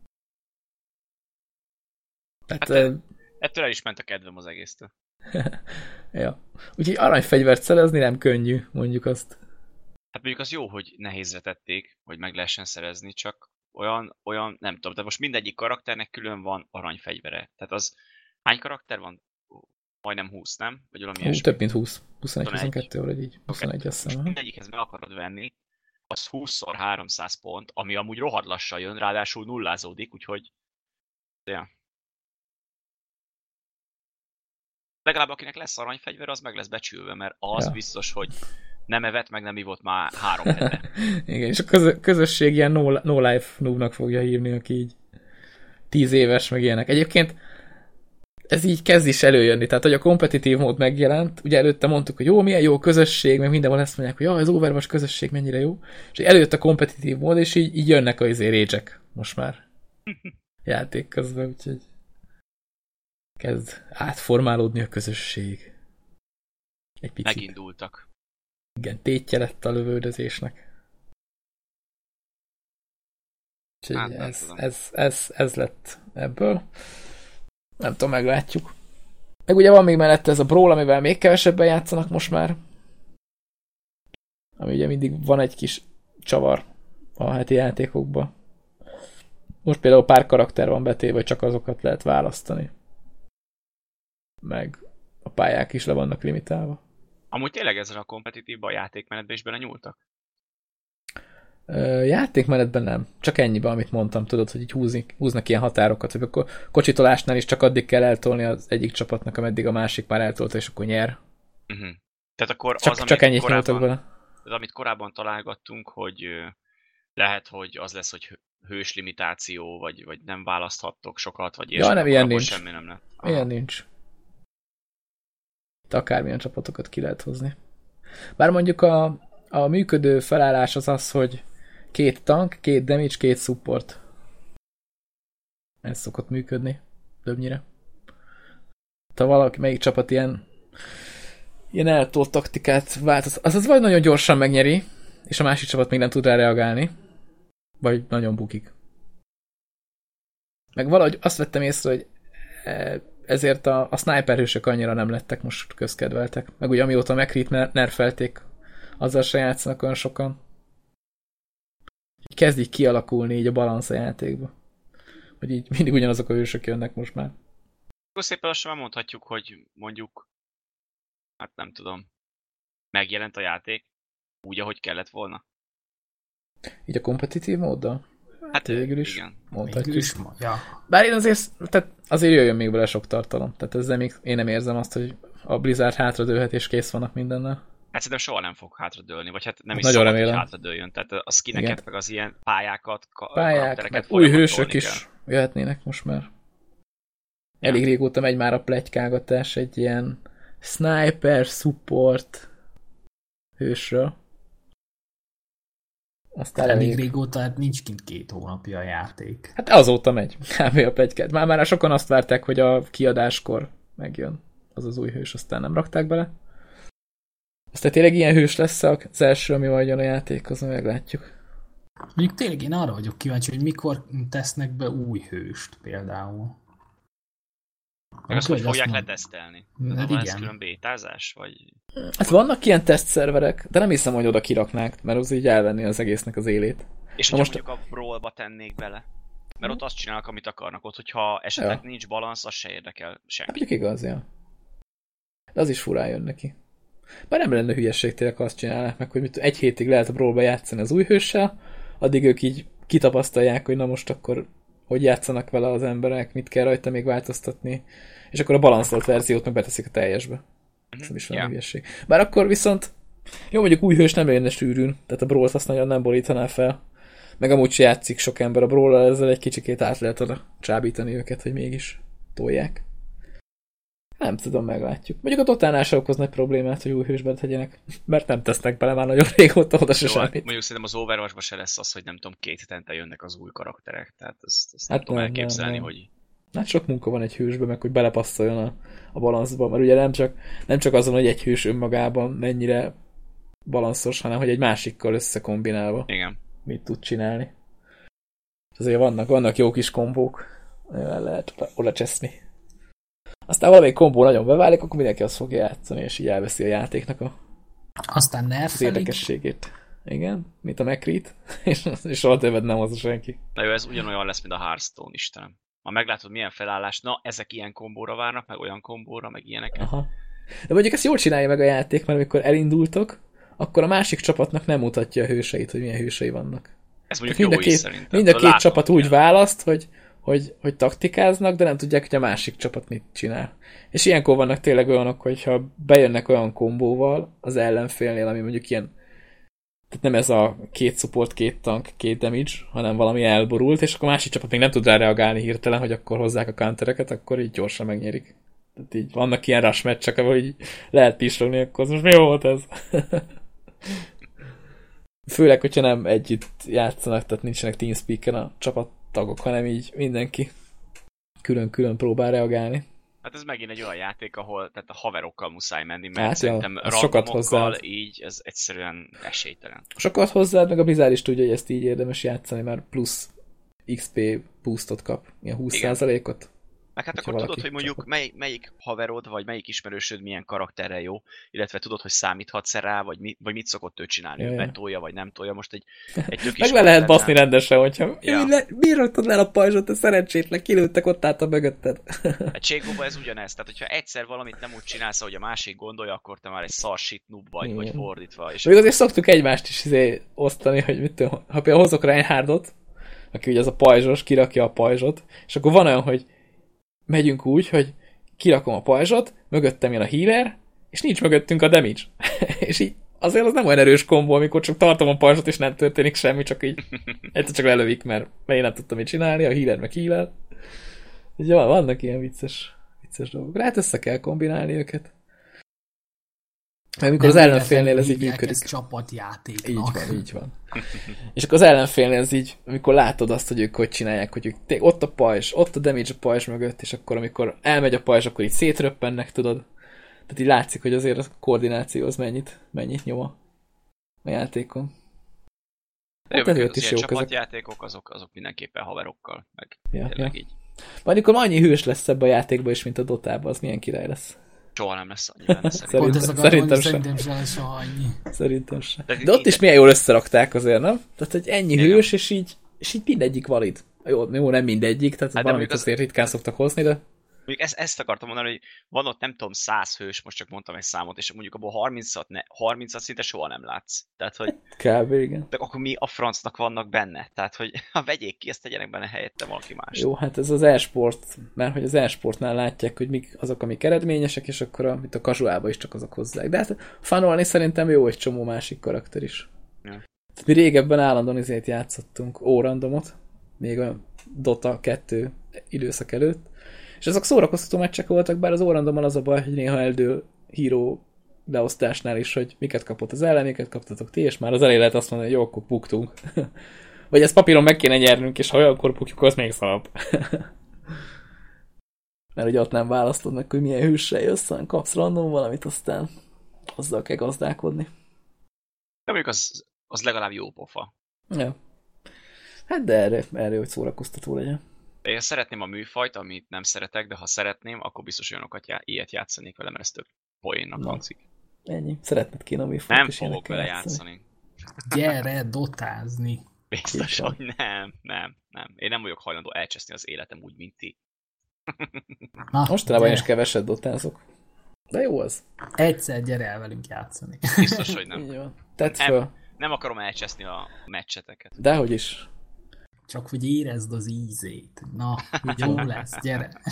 Tehát, Hát, hát, ettől el is ment a kedvem az egésztől. ja. Úgyhogy aranyfegyvert szerezni nem könnyű, mondjuk azt. Hát mondjuk az jó, hogy nehézre tették, hogy meg lehessen szerezni, csak olyan, olyan, nem tudom, de most mindegyik karakternek külön van aranyfegyvere. Tehát az, hány karakter van? Majdnem húsz, nem? Vagy valami Hú, több mint húsz. huszonegy huszonkettő, vagy így. huszonegy, azt hiszem. Mindegyikhez meg akarod venni, az húszszor háromszáz pont, ami amúgy rohadt lassan jön, ráadásul nullázódik, úgyhogy... Ja. Legalább akinek lesz aranyfegyver, az meg lesz becsülve, mert az ja. biztos, hogy nem evett, meg nem ivott már három hete. Igen, és a közö- közösség ilyen no, no life noobnak fogja hívni, aki így tíz éves, meg ilyenek. Egyébként ez így kezd is előjönni, tehát hogy a kompetitív mód megjelent, ugye előtte mondtuk, hogy jó, milyen jó közösség, meg mindenhol ezt mondják, hogy jó, az Overwatch közösség mennyire jó, és előjött a kompetitív mód, és így, így jönnek a izé rage-ek most már játék közben, úgyhogy kezd átformálódni a közösség. Egy picit. Megindultak. Igen, tétje lett a lövöldözésnek. Úgyhogy hát, ez, ez, ez, ez lett ebből. Nem tudom, meglátjuk. Meg ugye van még mellette ez a Brawl, amivel még kevesebben játszanak most már. Ami ugye mindig van egy kis csavar a heti játékokban. Most például pár karakter van betéve, vagy csak azokat lehet választani. Meg a pályák is le vannak limitálva. Amúgy tényleg ezzel a kompetitívban a játékmenetben is bele nyúltak? Játékmenetben nem. Csak ennyiben, amit mondtam, tudod, hogy így húzni, húznak ilyen határokat, hogy akkor kocsitolásnál is csak addig kell eltolni az egyik csapatnak, ameddig a másik már eltolta, és akkor nyer. Uh-huh. Tehát akkor csak, az, csak ennyit nyúltak bele. Az, amit korábban találgattunk, hogy lehet, hogy az lesz, hogy hős limitáció, vagy, vagy nem választhattok sokat, vagy ja, nem, ilyen nincs. Semmi nem lett. Ilyen nincs. Itt akármilyen csapatokat ki lehet hozni. Bár mondjuk a, a működő felállás az az, hogy két tank, két damage, két support. Ez szokott működni többnyire. Ha valaki, melyik csapat ilyen ilyen eltolt taktikát változ, az az vagy nagyon gyorsan megnyeri, és a másik csapat még nem tud rá reagálni, vagy nagyon bukik. Meg valahogy azt vettem észre, hogy ezért a, a sniper hősök annyira nem lettek most közkedveltek. Meg ugye amióta McCree-t nerfelték, azzal se játszanak olyan sokan. Kezd így kialakulni így a balansz a játékba. Hogy így mindig ugyanazok a hősök jönnek most már. Akkor szépen lassan mondhatjuk, hogy mondjuk, hát nem tudom, megjelent a játék úgy, ahogy kellett volna. Így a kompetitív móddal? Hát végül is igen. Mondhatjuk. Is, ja. Bár én azért, tehát azért jöjjön még bele sok tartalom. Tehát ezzel még én nem érzem azt, hogy a Blizzard hátradőlhet és kész vannak mindennel. Hát szerintem soha nem fog hátradőlni, vagy hát nem hát is szabad, hogy hátradőljön. Tehát a skineket, igen. meg az ilyen pályákat, pályák, meg új hősök is kell. Jöhetnének most már. Elég ja. régóta megy már a pletykágatás egy ilyen sniper support hősről. Aztán elég, elég régóta, hát nincs kint két hónapja a játék. Hát azóta megy, kb. A pletykát. Már, már sokan azt várták, hogy a kiadáskor megjön az az új hős, aztán nem rakták bele. Aztán tényleg ilyen hős lesz az első, ami majd jön a játékhoz, meglátjuk. Mondjuk tényleg én arra vagyok kíváncsi, hogy mikor tesznek be új hőst például. Meg azt, hogy fogják letesztelni. Hát van igen. ez külön bétázás? Vagy... Hát vannak ilyen tesztszerverek, de nem hiszem, hogy oda kiraknák, mert az így elvenni az egésznek az élét. És hogyha most... mondjuk a Brawl-ba tennék bele? Mert ott azt csinálnak, amit akarnak. Ott, hogyha esetleg ja. nincs balansz, az se érdekel senki. Hát igaz, ja. De az is furán jön neki. Bár nem lenne hülyesség tényleg, azt csinálnák meg, hogy egy hétig lehet a Brawl-ba játszani az új hőssel, addig ők így kitapasztalják, hogy na most akkor hogy játszanak vele az emberek, mit kell rajta még változtatni, és akkor a balanszolt verziót meg beteszik a teljesbe. Mm-hmm. Ez nem is van yeah. a hülyesség. Bár akkor viszont jó, mondjuk új hős nem lenne sűrűn, tehát a Brawl-t azt nagyon nem borítaná fel. Meg amúgy se játszik sok ember a Brawl-al, ezzel egy kicsikét át lehet oda csábítani őket, hogy mégis tolják. Nem tudom, meglátjuk. Mondjuk a Dotánál se okoz nagy problémát, hogy új hősbe tegyenek, mert nem tesznek bele már nagyon régóta oda se semmit. Mondjuk szerintem az Overwatchban se lesz az, hogy nem tudom, két hetente jönnek az új karakterek, tehát ezt, ezt hát nem tudom elképzelni, nem, nem. hogy... Hát sok munka van egy hősbe, meg hogy belepasszoljon a, a balanszba, mert ugye nem csak, nem csak azon, hogy egy hős önmagában mennyire balanszos, hanem hogy egy másikkal összekombinálva igen. mit tud csinálni. És azért vannak, vannak jó kis kombók, el lehet oda cseszni. Aztán valamelyik kombó nagyon beválik, akkor mindenki azt fogja játszani, és így elveszi a játéknak a Aztán az érdekességét. igen, mint a McCree-t, és, és soha többet nem hozza senki. Na jó, ez ugyanolyan lesz, mint a Hearthstone, Istenem. Ha meglátod, milyen felállás, na, ezek ilyen kombóra várnak, meg olyan kombóra, meg ilyeneket. Aha. De mondjuk ezt jól csinálja meg a játék, mert amikor elindultok, akkor a másik csapatnak nem mutatja a hőseit, hogy milyen hősei vannak. Ez mondjuk mind jó a két, is szerintem. Mind a két Látom, csapat úgy választ, hogy, hogy, hogy taktikáznak, de nem tudják, hogy a másik csapat mit csinál. És ilyenkor vannak tényleg olyanok, hogyha bejönnek olyan kombóval az ellenfélnél, ami mondjuk ilyen, tehát nem ez a két support, két tank, két damage, hanem valami elborult, és akkor a másik csapat még nem tud rá reagálni hirtelen, hogy akkor hozzák a countereket, akkor így gyorsan megnyerik. Tehát így vannak ilyen rush meccsek, ahol így lehet pislogni, akkor most mi volt ez? Főleg, hogyha nem együtt játszanak, tehát nincsenek TeamSpeak-en a csapattagok, hanem így mindenki külön-külön próbál reagálni. Hát ez megint egy olyan játék, ahol tehát a haverokkal muszáj menni, mert hát szerintem ja, randomokkal így ez egyszerűen esélytelen. Sokat hozzád, meg a Blizzard is tudja, hogy ezt így érdemes játszani, mert plusz iksz pé boostot kap, ilyen húsz százalékot. Meg hát akkor tudod, hogy mondjuk mely, melyik haverod, vagy melyik ismerősöd milyen karakterrel jó, illetve tudod, hogy számíthatsz rá, vagy, mi, vagy mit szokott ő csinálni, hogy betolja, vagy nem tolja. Most egy, egy tök meg le lehet baszni rendesen, hogyha ja. miért raktad le a pajzsot, te szerencsétlen, kilőttek ott át a mögötted. A Cségóban ez ugyanez, tehát hogyha egyszer valamit nem úgy csinálsz, ahogy a másik gondolja, akkor te már egy szar shit noob vagy, igen. Vagy fordítva. És még azért szoktuk egymást is izé osztani, hogy mit tudom, ha például hozok Reinhardtot, aki ugye az a pajzsos, kirakja a pajzsot, és akkor van olyan, hogy megyünk úgy, hogy kirakom a pajzsot, mögöttem jön a healer, és nincs mögöttünk a damage. és így azért az nem olyan erős kombó, amikor csak tartom a pajzsot, és nem történik semmi, csak így egyszer csak lelövik, mert én nem tudtam mit csinálni, a healer meg healer. Ugye vannak ilyen vicces, vicces dolgok. Hát össze kell kombinálni őket. Mert amikor az ellenfélnél ez így működik. Ez csapatjátéknak. Így van, így van. És akkor az ellenfélnél ez így, amikor látod azt, hogy ők hogy csinálják, hogy ők, ott a pajzs, ott a damage a pajzs mögött, és akkor amikor elmegy a pajzs, akkor így szétröppennek, tudod. Tehát így látszik, hogy azért a koordináció az mennyit, mennyit nyom a játékon. De hát ezért is jók csapatjátékok, azok, azok mindenképpen haverokkal, meg ja, tényleg ja. így. Amikor annyi hős lesz ebbe a játékban is, mint a Dotában, az milyen király lesz. Soha nem lesz annyi benne szerintem. Pont ez a szerintem, szerintem sem soha annyi. Szerintem sem. De, De ott is milyen jól összerakták azért, nem? Tehát, hogy ennyi igen. hős, és így, és így mindegyik valid. Jó, jó, nem mindegyik, tehát hát valamit az... azért ritkán szoktak hozni, de... Mondjuk ezt, ezt akartam mondani, hogy van ott nem tudom száz hős, most csak mondtam egy számot, és mondjuk abból harmincat, ne, harmincat szinte soha nem látsz. Tehát, hogy... Kb. Igen. De akkor mi a francnak vannak benne? Tehát, hogy ha vegyék ki, ezt tegyenek benne helyette valaki más. Jó, hát ez az e-sport, mert hogy az e-sportnál látják, hogy mik azok, amik eredményesek, és akkor a, mint a casuálba is csak azok hozzák. De hát fanolni szerintem jó egy csomó másik karakter is. Ja. Mi régebben állandóan izét játszottunk órandomot, még a Dota kettő időszak előtt, és azok szórakoztató meccsek voltak, bár az órandommal az a baj, hogy néha eldől híró leosztásnál is, hogy miket kapott az ellen, miket kaptatok ti, és már az elején lehet azt mondani, hogy jó, akkor buktunk. Vagy ezt papíron meg kéne nyernünk, és ha olyankor bukjuk, az még szarabb. Mert ugye ott nem választod meg, hogy milyen hőssel jössz, hanem kapsz random valamit, aztán azzal kell gazdálkodni. De mondjuk az, az legalább jó pofa. Ja. Hát de erre, erre hogy szórakoztató legyen. Én szeretném a műfajt, amit nem szeretek, de ha szeretném, akkor biztos olyanokat já- ilyet játszanék vele, mert ez tök poénnak hangzik. Ennyi. Szeretned kéne a műfajt. Nem fogok vele játszani. Gyere, dotázni. Biztos, hogy nem, nem, nem. Én nem vagyok hajlandó elcseszni az életem úgy, mint ti. Mostanában is keveset dotázok. De jó az. Egyszer gyere el velünk játszani. Biztos, hogy nem. Tedd föl. Nem, nem akarom elcseszni a meccseteket. Dehogy is. Csak hogy érezd az ízét. Na, jó lesz, gyere.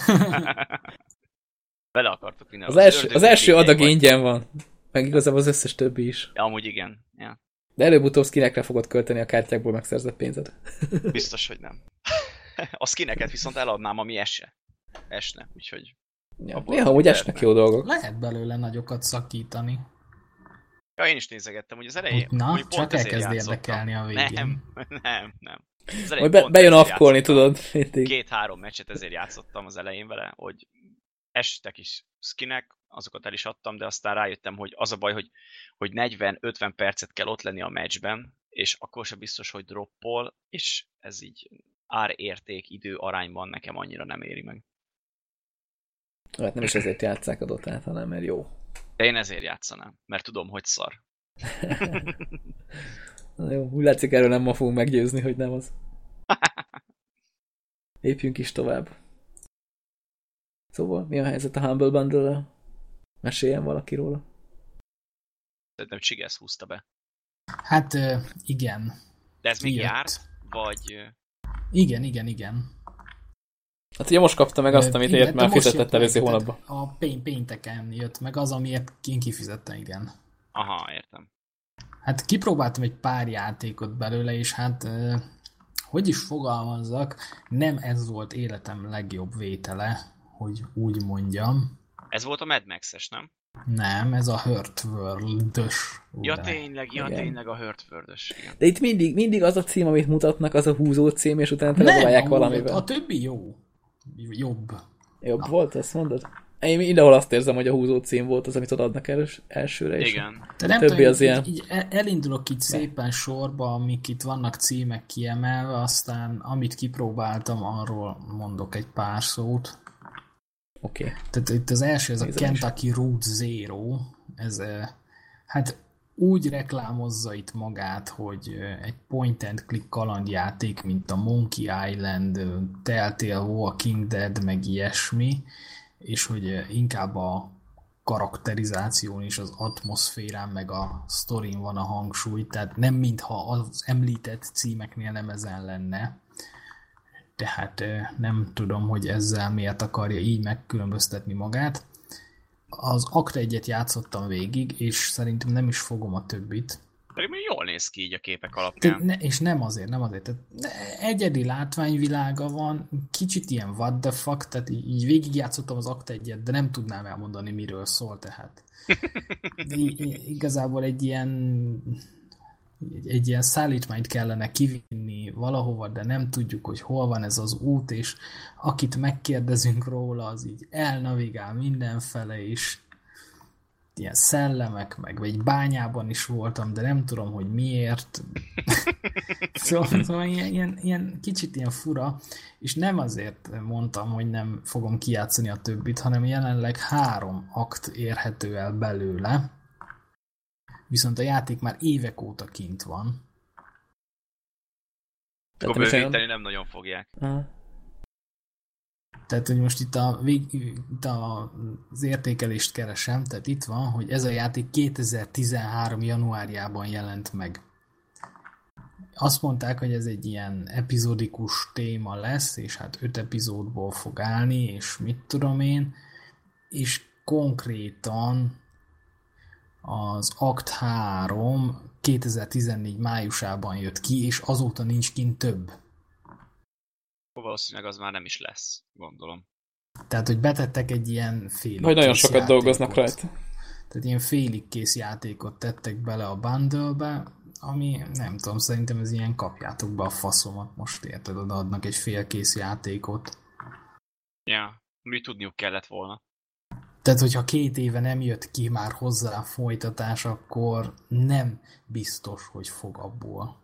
Bele akartok vinni. Az, az első, az első adag ingyen van. Meg igazából az összes többi is. Ja, amúgy igen. Ja. De előbb-utóbb skinekre fogod költeni a kártyákból megszerzett pénzed. Biztos, hogy nem. A skineket viszont eladnám, ami esne. Esne, úgyhogy... Ja, néha úgy esnek jó dolgok. Lehet belőle nagyokat szakítani. Ja, én is nézegettem, hogy az elején... Na, csak elkezd érdekelni a végén. Nem, nem, nem. Majd be, bejön afkolni, tudod. Két-három meccset ezért játszottam az elején vele, hogy estek is skinek, azokat el is adtam, de aztán rájöttem, hogy az a baj, hogy, hogy negyven-ötven percet kell ott lenni a meccsben, és akkor sem biztos, hogy droppol, és ez így árérték idő arányban nekem annyira nem éri meg. Hát nem is ezért játsszák a Dotát, hanem mert jó. De én ezért játszanám, mert tudom, hogy szar. Jó, úgy látszik, erről nem ma fogunk meggyőzni, hogy nem az. Lépjünk is tovább. Szóval, mi a helyzet a Humble Bundle-rel? Meséljen valaki róla. Szerintem Csigesz húzta be. Hát igen. De ez még Jött. járt? Vagy... Igen, igen, igen. Hát ugye most kapta meg azt, amit Igen, ért, mert most fizetett jött előző meg, hónapban. tehát A pény- pénteken jött meg az, amiért én kifizettem, igen. Aha, értem. Hát kipróbáltam egy pár játékot belőle, és hát eh, hogy is fogalmazzak, nem ez volt életem legjobb vétele, hogy úgy mondjam. Ez volt a Mad Max-es, nem? Nem, ez a Hurt World-ös. Ja, ugye. tényleg, ja, Igen. tényleg a Hurtford-ös. Igen. De itt mindig, mindig az a cím, amit mutatnak, az a húzó cím, és utána Nem, teledobálják amúgy valamivel. a többi jó. Jobb. Jobb Na. volt, azt mondod? Én mindenhol azt érzem, hogy a húzó cím volt az, amit odaadnak els, elsőre. És Igen. De nem többi tudom, az így, ilyen. így elindulok így szépen sorba, amik itt vannak címek kiemelve, aztán amit kipróbáltam, arról mondok egy pár szót. Oké. Okay. Tehát itt az első, ez a Nézem is. Kentucky Route Zero, ez eh, hát úgy reklámozza itt magát, hogy eh, egy point and click kalandjáték, mint a Monkey Island, eh, Telltale Walking Dead, meg ilyesmi, és hogy eh, inkább a karakterizáción és az atmoszférán, meg a sztorin van a hangsúly, tehát nem mintha az említett címeknél nem ezen lenne. Tehát nem tudom, hogy ezzel miért akarja így megkülönböztetni magát. Az Act egyet játszottam végig, és szerintem nem is fogom a többit. Pedig még jól néz ki így a képek Te, alapján. ne, és nem azért, nem azért. Tehát egyedi látványvilága van, kicsit ilyen what the fuck, tehát így, így végigjátszottam az Act egyet, de nem tudnám elmondani, miről szól, tehát. De igazából egy ilyen egy, egy ilyen szállítmányt kellene kivinni valahova, de nem tudjuk, hogy hol van ez az út, és akit megkérdezünk róla, az így elnavigál mindenfele, és ilyen szellemek, meg egy bányában is voltam, de nem tudom, hogy miért. szóval szóval ilyen, ilyen, ilyen kicsit ilyen fura, és nem azért mondtam, hogy nem fogom kijátszani a többit, hanem jelenleg három akt érhető el belőle, viszont a játék már évek óta kint van. Akkor bővíteni nem nagyon fogják. Aha. Tehát, hogy most itt, a vég, itt a, az értékelést keresem, tehát itt van, hogy ez a játék kétezer-tizenhárom januárjában jelent meg. Azt mondták, hogy ez egy ilyen epizódikus téma lesz, és hát öt epizódból fog állni, és mit tudom én, és konkrétan az Act három kétezer-tizennégy májusában jött ki, és azóta nincs kint több. Valószínűleg az már nem is lesz, gondolom. Tehát, hogy betettek egy ilyen félig Vagy nagyon kész sokat játékot. dolgoznak rajta. Tehát ilyen félig kész játékot tettek bele a bundle-be, ami nem tudom, szerintem ez ilyen kapjátok be a faszomat, most érted, odaadnak egy félkész játékot. Ja, mi tudniuk kellett volna. Tehát, hogyha két éve nem jött ki már hozzá folytatás, akkor nem biztos, hogy fog abból.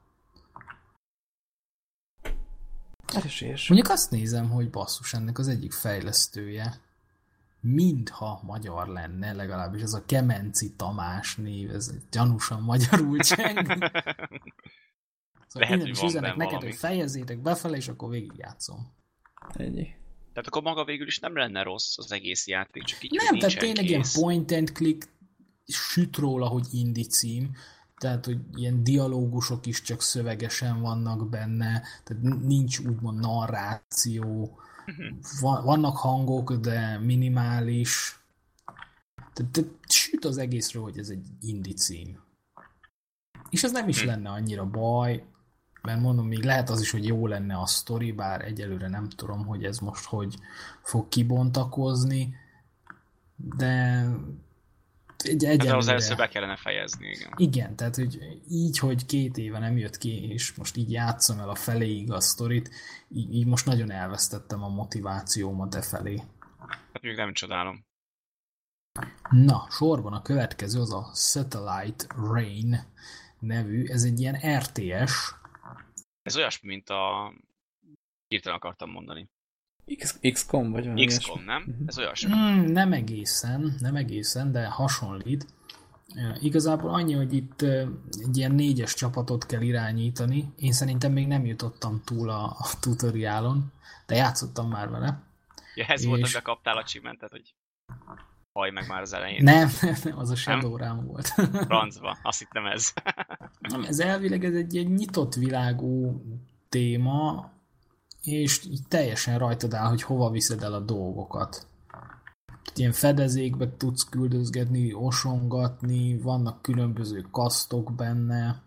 Esélyes. Mondjuk azt nézem, hogy basszus, ennek az egyik fejlesztője, mintha magyar lenne, legalábbis ez a Kemenci Tamás név, ez gyanúsan magyarul cseng. Szóval Lehet, innen hogy is van üzenek benne neked, valami. hogy fejezzétek befele, és akkor végigjátszom. Ennyi. Tehát akkor maga végül is nem lenne rossz az egész játék, csak így, Nem, hogy tehát nincsen tényleg ilyen kész. point and click, süt róla, hogy indie cím, tehát, hogy ilyen dialógusok is csak szövegesen vannak benne, tehát nincs úgymond narráció, Va- vannak hangok, de minimális. Tehát, tehát süt az egészről, hogy ez egy indie cím. És ez nem is Hm. lenne annyira baj, mert mondom, még lehet az is, hogy jó lenne a sztori, bár egyelőre nem tudom, hogy ez most hogy fog kibontakozni, de egy Hát az egyelőre... először be kellene fejezni, igen. Igen, tehát hogy így, hogy két éve nem jött ki, és most így játszom el a feléig a sztorit, így, így most nagyon elvesztettem a motivációmat e felé. Hát még nem csodálom. Na, sorban a következő az a Satellite Rain nevű, ez egy ilyen er té es. Ez olyasmi, mint a... Hirtelen akartam mondani. X- iksz kom vagy valami iksz kom, ilyesmi. nem? Mhm. Ez olyasmi. Mm, nem egészen, nem egészen, de hasonlít. Ja, igazából annyi, hogy itt egy ilyen négyes csapatot kell irányítani. Én szerintem még nem jutottam túl a, a tutoriálon, de játszottam már vele. Ja, ez és... volt, amiben kaptál achievementet, hogy haj meg már az elején. Nem, nem, az a Shadowrun volt. Francba, azt hittem ez. Nem, ez elvileg ez egy, egy nyitott világú téma, és így teljesen rajtad áll, hogy hova viszed el a dolgokat. Ilyen fedezékbe tudsz küldözgetni, osongatni, vannak különböző kasztok benne.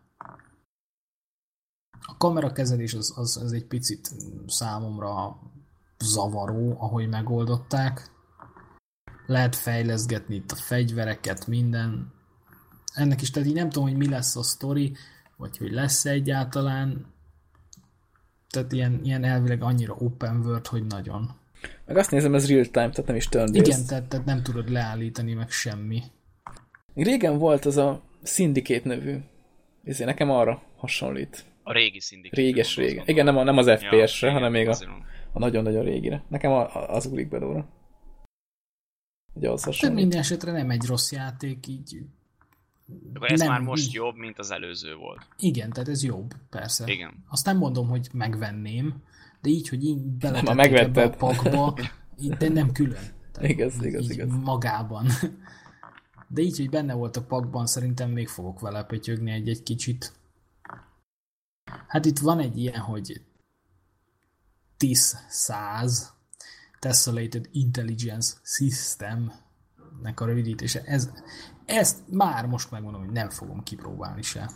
A kamerakezelés az, az, az egy picit számomra zavaró, ahogy megoldották. Lehet fejleszgetni itt a fegyvereket, minden. Ennek is, tehát így nem tudom, hogy mi lesz a sztori, vagy hogy lesz egyáltalán. Tehát ilyen, ilyen elvileg annyira open world, hogy nagyon. Meg azt nézem, ez real time, tehát nem is turn-based. Igen, tehát, tehát nem tudod leállítani, meg semmi. Régen volt az a Syndicate nevű. Ez nekem arra hasonlít. A régi Syndicate. Réges régen. Igen, nem, a, nem az ef pé es-re, ja, hanem még a, azért. a nagyon-nagyon régire. Nekem a, a, az ugrik belőle. Ugye az hasonlít. Tehát minden esetre nem egy rossz játék, így... Akkor ez nem, már most így... jobb, mint az előző volt. Igen, tehát ez jobb, persze. Igen. Azt nem mondom, hogy megvenném, de így, hogy így beletették ebbe a pakba, de nem külön. Tehát igaz, igaz, igaz. Magában. De így, hogy benne volt a pakban, szerintem még fogok vele pötyögni egy-egy kicsit. Hát itt van egy ilyen, hogy té i es száz, Tessellated Intelligence System-nek a rövidítése. Ez, ezt már most megmondom, hogy nem fogom kipróbálni se.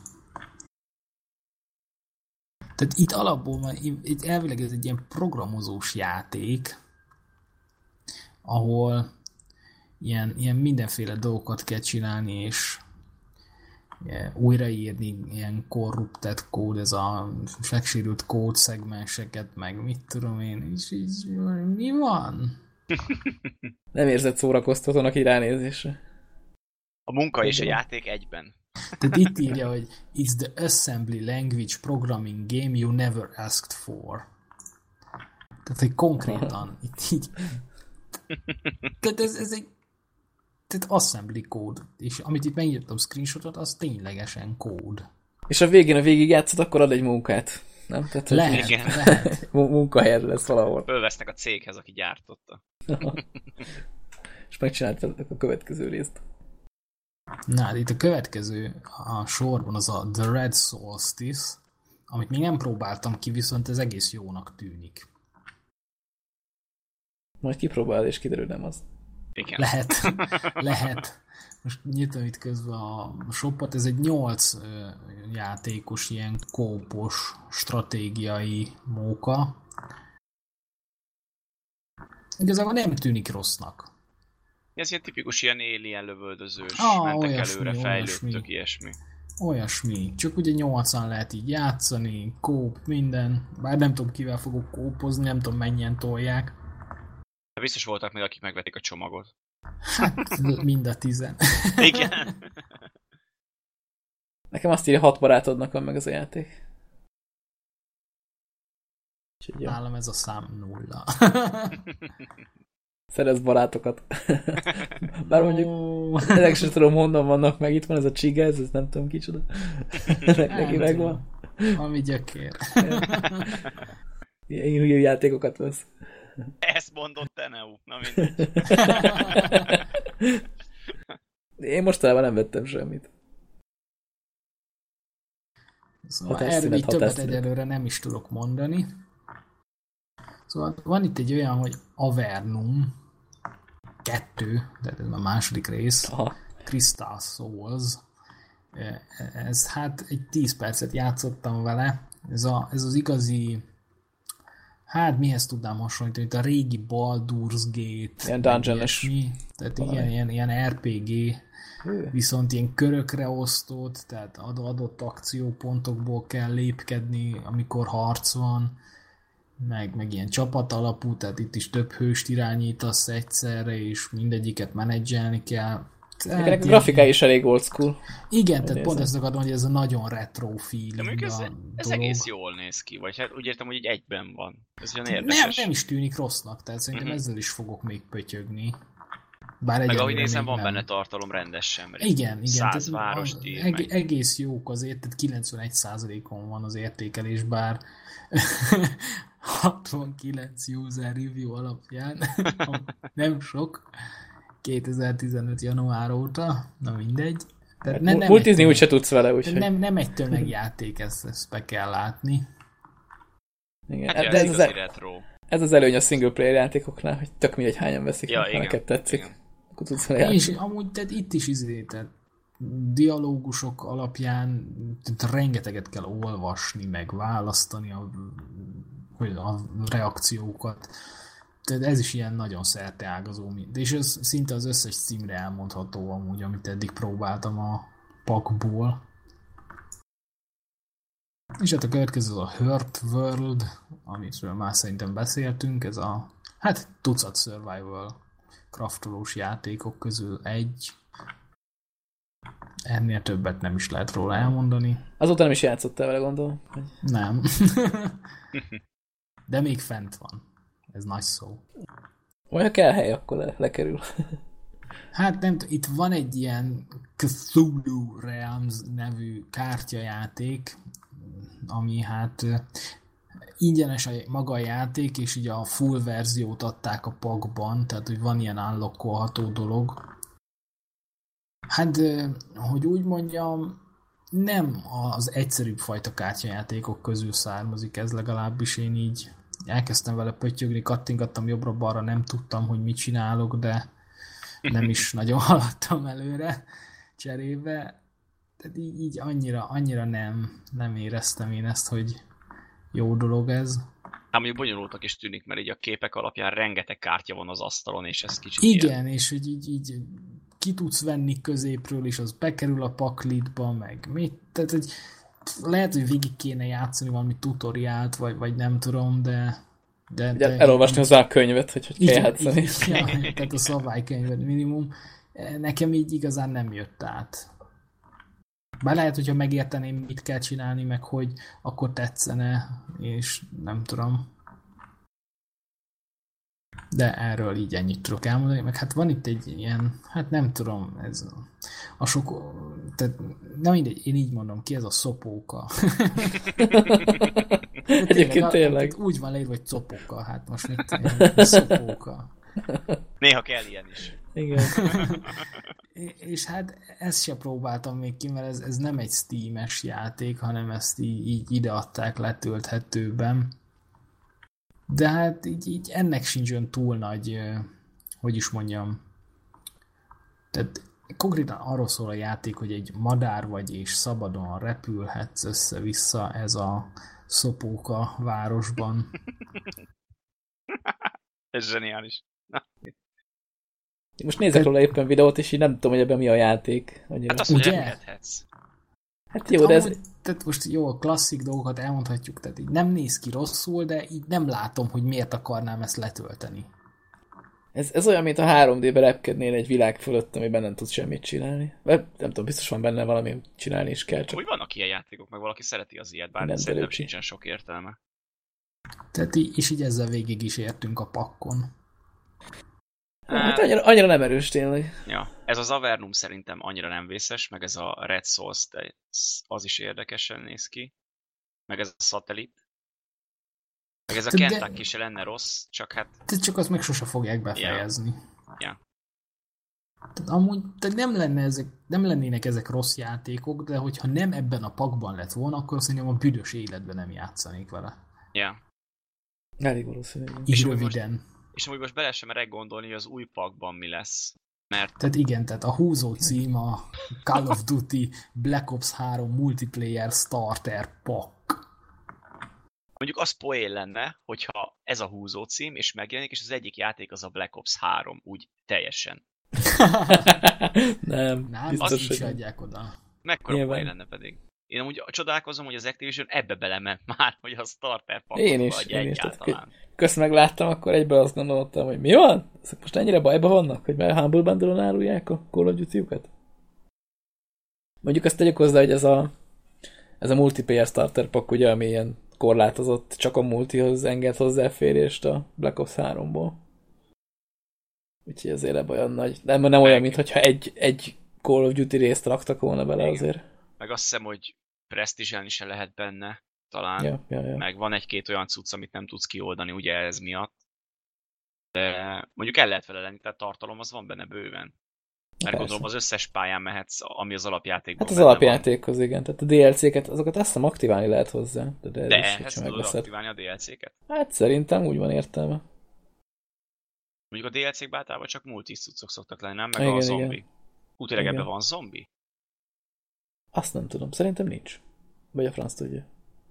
Tehát itt alapból van, itt elvileg ez egy ilyen programozós játék, ahol ilyen, ilyen mindenféle dolgokat kell csinálni, és ilyen, újraírni ilyen corrupted kód, ez a megsérült kódszegmenseket, meg mit tudom én, és így mi van? Nem érzed szórakoztatónak így ránézésre? A munka és a játék egyben. Tehát itt írja, hogy it's the assembly language programming game you never asked for. Tehát, hogy konkrétan itt így... Tehát ez, ez egy tehát assembly kód. És amit itt megírtam screenshotot, az ténylegesen kód. És a végén a végig játszod, akkor ad egy munkát. Nem? Tehát, lehet, igen. lehet. Munkahelyed lesz valahol. Fölvesznek a céghez, aki gyártotta. És megcsináltad a következő részt. Na, itt a következő a sorban az a The Red Solstice, amit még nem próbáltam ki, viszont ez egész jónak tűnik. Majd kipróbálod, és kiderül, nem az. Igen. Lehet. Lehet. Most nyitom itt közben a shopot. Ez egy nyolc játékos, ilyen kópos, stratégiai móka. Igazából nem tűnik rossznak. Ez ilyen tipikus ilyen alien lövöldözős, ah, mentek olyasmi, előre, fejlődtök, olyasmi. ilyesmi. Olyasmi. Csak ugye nyolcan lehet így játszani, kóp, minden. Bár nem tudom, kivel fogok kópozni, nem tudom, mennyien tolják. De biztos voltak még, akik megvették a csomagot. Hát, mind a tizen. Igen. Nekem azt írja, hat barátodnak van meg az a játék. Nálam ez a szám nulla. Szerez barátokat. Bár mondjuk ezek sem tudom, honnan vannak meg. Itt van ez a csiga, ez, ez nem tudom kicsoda. Neki megvan. Ami gyökér. Ilyen hülye játékokat vesz. Ezt mondott te, Neu. Na mindegy. Én mostanában nem vettem semmit. Szóval erről így többet egyelőre nem is tudok mondani. Szóval van itt egy olyan, hogy Avernum kettő, de ez a második rész, aha. Crystal Souls. Ez hát egy tíz percet játszottam vele. Ez, a, ez az igazi, hát mihez tudnám hasonlítani, itt a régi Baldur's Gate. Ilyen dungeon-es. Tehát ilyen, ilyen, ilyen er pé gé, viszont ilyen körökre osztott, tehát adott akciópontokból kell lépkedni, amikor harc van. Meg, meg ilyen csapat alapú, tehát itt is több hőst irányítasz egyszerre, és mindegyiket menedzselni kell. Tehát a grafikai is elég old school. Igen, tehát nézem. Pont ezt akartam, hogy ez a nagyon retro feeling. De ez, a ez dolog. egész jól néz ki, vagy hát úgy értem, hogy egy egyben van. Ez olyan érdekes. Nem, nem is tűnik rossznak, tehát szerintem hmm. ezzel is fogok még pötyögni. Bár meg ahogy nézem, van nem. benne tartalom rendesen. Igen, igen. Száz városti. Eg- meg... Egész jók azért, tehát kilencvenegy százalékon van az értékelés, bár hatvankilenc user review alapján, nem sok, kétezer-tizenöt január óta, na mindegy. Hát ne, nem multizni úgyse tudsz vele, úgyhogy... Nem, nem egy tömegjáték, ezt, ezt be kell látni. Igen, hát, de ez, az el... ez az előny a single player játékoknál, hogy tök mindegy hányan veszik, ja, ha neked tetszik. Igen. Akkor tudsz vele és amúgy tehát itt is izé, tehát dialógusok alapján tehát rengeteget kell olvasni, meg választani a, a reakciókat. Tehát ez is ilyen nagyon szerteágazó. És ez szinte az összes címre elmondható amúgy, amit eddig próbáltam a pakból. És hát a következő az a Hurt World, amiről már szerintem beszéltünk, ez a hát tucat survival craftolós játékok közül egy. Ennél többet nem is lehet róla elmondani. Azóta nem is játszottál vele, gondolom? Hogy... Nem. De még fent van. Ez nagy szó. Olyan kell hely, akkor le, lekerül. Hát nem t- itt van egy ilyen Cthulhu Realms nevű kártyajáték, ami hát ingyenes a maga a játék, és így a full verziót adták a pakban, tehát hogy van ilyen unlockolható dolog. Hát, hogy úgy mondjam, nem az egyszerűbb fajta kártyajátékok közül származik ez, legalábbis én így elkezdtem vele pöttyögni, kattingattam jobbra-balra, nem tudtam, hogy mit csinálok, de nem is nagyon haladtam előre cserébe. Tehát így, így annyira, annyira nem, nem éreztem én ezt, hogy jó dolog ez. Hát mondjuk bonyolultak is tűnik, mert így a képek alapján rengeteg kártya van az asztalon, és ez kicsit igen, ilyen... és hogy így, így ki tudsz venni középről, és az bekerül a paklitba, meg mit, tehát hogy lehet, hogy végig kéne játszani valami tutoriált, vagy, vagy nem tudom, de... de, de elolvasni hozzá a könyvet, hogy hogy kell játszani. Igen, ja, tehát a szabálykönyvet minimum. Nekem így igazán nem jött át. Bár lehet, hogyha megérteném, mit kell csinálni, meg hogy akkor tetszene, és nem tudom. De erről így ennyit tudok elmondani, meg hát van itt egy ilyen, hát nem tudom, ez a sok, tehát nem mindegy, én így mondom, ki ez a szopóka. Egyébként tényleg. Úgy van leírva, hogy copóka, hát most mit tényleg, szopóka. Néha kell ilyen is. Igen. És hát ezt se próbáltam még ki, mert ez, ez nem egy Steam-es játék, hanem ezt így, így ideadták letölthetőben. De hát így, így ennek sincs olyan túl nagy, hogy is mondjam, tehát konkrétan arról szól a játék, hogy egy madár vagy és szabadon repülhetsz össze-vissza ez a szopóka városban. Ez zseniális. Most nézek róla éppen videót, és így nem tudom, hogy ebben mi a játék. Annyira. Hát azt, hogy repülhetsz. Hát jó, de ez... Amúgy, tehát most jó, a klasszik dolgokat elmondhatjuk, tehát így nem néz ki rosszul, de így nem látom, hogy miért akarnám ezt letölteni. Ez, ez olyan, mint a három dé-be repkednél egy világ fölött, amiben nem tudsz semmit csinálni. Nem tudom, biztos van benne valami, csinálni is kell. Csak... Úgy vannak ilyen játékok, meg valaki szereti az ilyet, bár szerintem sincsen sok értelme. Tehát így, és így ezzel végig is értünk a pakkon. Hát annyira, annyira nem erős tényleg. Ja, ez az Avernum szerintem annyira nem vészes, meg ez a Red Souls, az is érdekesen néz ki. Meg ez a Satellite. Meg ez a de, Kentucky se lenne rossz, csak hát... De csak azt meg sose fogják befejezni. Ja. ja. Tehát amúgy tehát nem, lenne ezek, nem lennének ezek rossz játékok, de hogyha nem ebben a pakban lett volna, akkor szerintem a büdös életben nem játszanék vele. Ja. Elég valószínű. Így röviden. Most, és amúgy most bele sem merek gondolni, hogy az új pakban mi lesz. Mert... Tehát igen, tehát a húzó cím a Call of Duty Black Ops három Multiplayer Starter Pack. Mondjuk az poén lenne, hogyha ez a húzó cím, és megjelenik, és az egyik játék az a Black Ops három, úgy teljesen. nem, nem, biztos, azt így adják oda. Mekkora poén lenne pedig. Én amúgy csodálkozom, hogy az Activision ebbe belement már, hogy a starter packot én is, vagy én egyáltalán. Is. Kösz megláttam, akkor egyből azt gondoltam, hogy mi van? Ezek most ennyire bajba vannak, hogy már Humble Bundle-on árulják a Call of Duty-ukat? Mondjuk azt tegyük hozzá, hogy ez a, ez a multiplayer starter pack, ugye, ami ilyen korlátozott, csak a multihoz enged hozzáférést a Black Ops háromból. Úgyhogy azért ebben olyan nagy. Nem, nem olyan, mintha egy, egy Call of Duty részt raktak volna bele Igen. azért. Meg azt hiszem, hogy presztízselni se lehet benne, talán. Ja, ja, ja. Meg van egy-két olyan cucc, amit nem tudsz kioldani, ugye ez miatt. De mondjuk el lehet vele lenni, tehát tartalom az van benne bőven. Mert Persze. gondolom az összes pályán mehetsz, ami az alapjátékban Hát az alapjátékhoz, igen. Tehát a dé el cé-ket, azokat azt hiszem aktiválni lehet hozzá. De, de, de is, ehhez tudod aktiválni a dé el cé-ket? Hát szerintem úgy van értelme. Mondjuk a dé el cé-kben általában csak multi cuccok szoktak lenni, nem? Meg igen, a zombi. Igen. Úgy tényleg ebben van zombi? Azt nem tudom. Szerintem nincs. Vagy a franc tudja.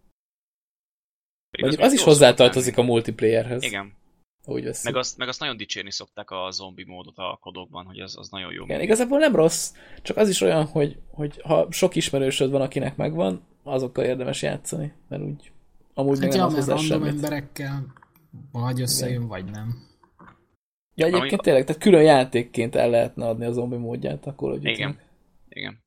Pedig Mondjuk az, az is hozzátartozik a multiplayerhez. Igen. Úgy veszik. Meg azt, meg azt nagyon dicsérni szokták a zombi módot a kodokban, hogy az, az nagyon jó. Igen, igazából nem rossz, csak az is olyan, hogy, hogy ha sok ismerősöd van, akinek megvan, azokkal érdemes játszani, mert úgy amúgy hát meg ja, nem mert hozzá random semmit. emberekkel vagy összejön, vagy nem. Ja, egyébként Ami... tényleg, tehát külön játékként el lehetne adni a zombi módját, akkor hogy igen, igen.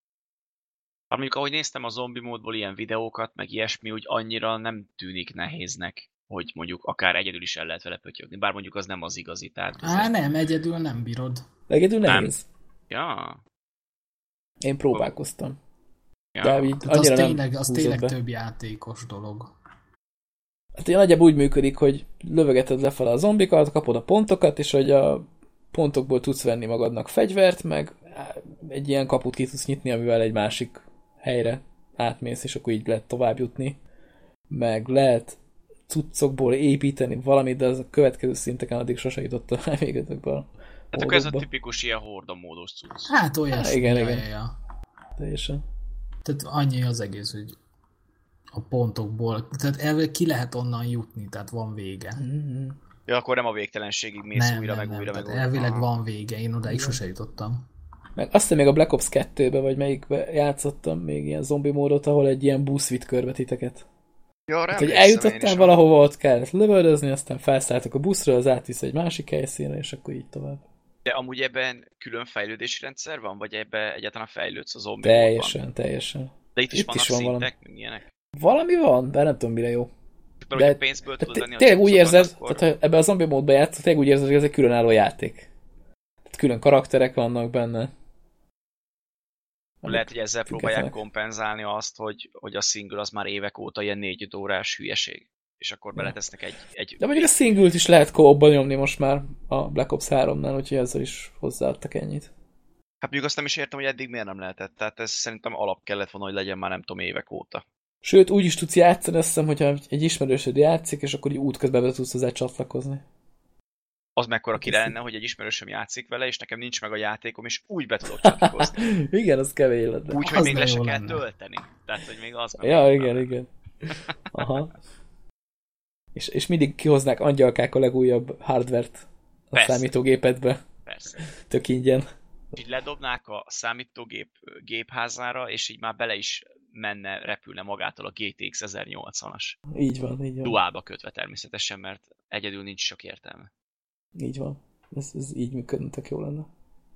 Ha mondjuk, ahogy néztem a zombi módból ilyen videókat, meg ilyesmi, úgy annyira nem tűnik nehéznek, hogy mondjuk akár egyedül is el lehet vele pötyögni, bár mondjuk az nem az igazi. Tehát Á, nem, egyedül nem bírod. Egyedül nehéz. Ja. Én próbálkoztam. Ja. De így az annyira tényleg, nem az tényleg több játékos dolog. Hát ilyen nagyjából úgy működik, hogy lövögeted lefele a zombikat, kapod a pontokat, és hogy a pontokból tudsz venni magadnak fegyvert, meg egy ilyen kaput ki tudsz nyitni, amivel egy másik helyre átmész, és akkor így lehet tovább jutni. Meg lehet cuccokból építeni valamit, de az a következő szinteken addig sose jutottam el még ezekből. Hát akkor ez a tipikus ilyen horda módos cucc. Hát olyasmi. Hát igen, ja, igen. Ja, ja. Teljesen. Tehát annyi az egész, hogy a pontokból, tehát elvileg ki lehet onnan jutni, tehát van vége. Mm-hmm. Ja, akkor nem a végtelenségig mész nem, újra, nem, meg nem, újra, meg újra. elvileg Aha. van vége, én oda is sose jutottam. Meg azt hiszem még a Black Ops kettőbe, vagy melyikbe játszottam még ilyen zombi módot, ahol egy ilyen busz vitt körbe titeket. Ja, hát, hogy eljutottál valahova, ott kellett lövöldözni, aztán felszálltak a buszra, az átvisz egy másik helyszínre, és akkor így tovább. De amúgy ebben külön fejlődési rendszer van, vagy ebben egyáltalán fejlődsz a zombi Teljesen, módban? teljesen. De itt is itt vannak is van szintek, valami. ilyenek? Valami van, de nem tudom, mire jó. De, de pénzből tudod venni a tényleg úgy érzed, akkor... tehát ha ebben a zombi módban játszol, tényleg úgy érzed, hogy ez egy különálló játék. Tehát külön karakterek vannak benne. Lehet, hogy ezzel próbálják kompenzálni azt, hogy, hogy a single az már évek óta ilyen négy órás hülyeség. És akkor beletesznek egy... egy... De mondjuk a single-t is lehet co-opban nyomni most már a Black Ops háromnál, úgyhogy ezzel is hozzáadtak ennyit. Hát mondjuk azt nem is értem, hogy eddig miért nem lehetett. Tehát ez szerintem alap kellett volna, hogy legyen már nem tudom évek óta. Sőt, úgy is tudsz játszani, azt hiszem, hogyha egy ismerősöd játszik, és akkor így útközben be tudsz hozzá csatlakozni. Az mekkora király lenne, hogy egy ismerősöm játszik vele, és nekem nincs meg a játékom, és úgy be tudok csatlakozni. Igen, az kemény lenne. Úgy, hogy még le se kell tölteni. Tehát, hogy még az... Ja, igen, lenne. Igen. Aha. És, és mindig kihoznák angyalkák a legújabb hardvert a Persze. számítógépedbe. Persze. Tök ingyen. Így ledobnák a számítógép gépházára, és így már bele is menne, repülne magától a gé té iksz ezernyolcvanas. Így van, így van. Duálba kötve természetesen, mert egyedül nincs sok értelme. Így van. Ez, ez így működne, tök jó lenne.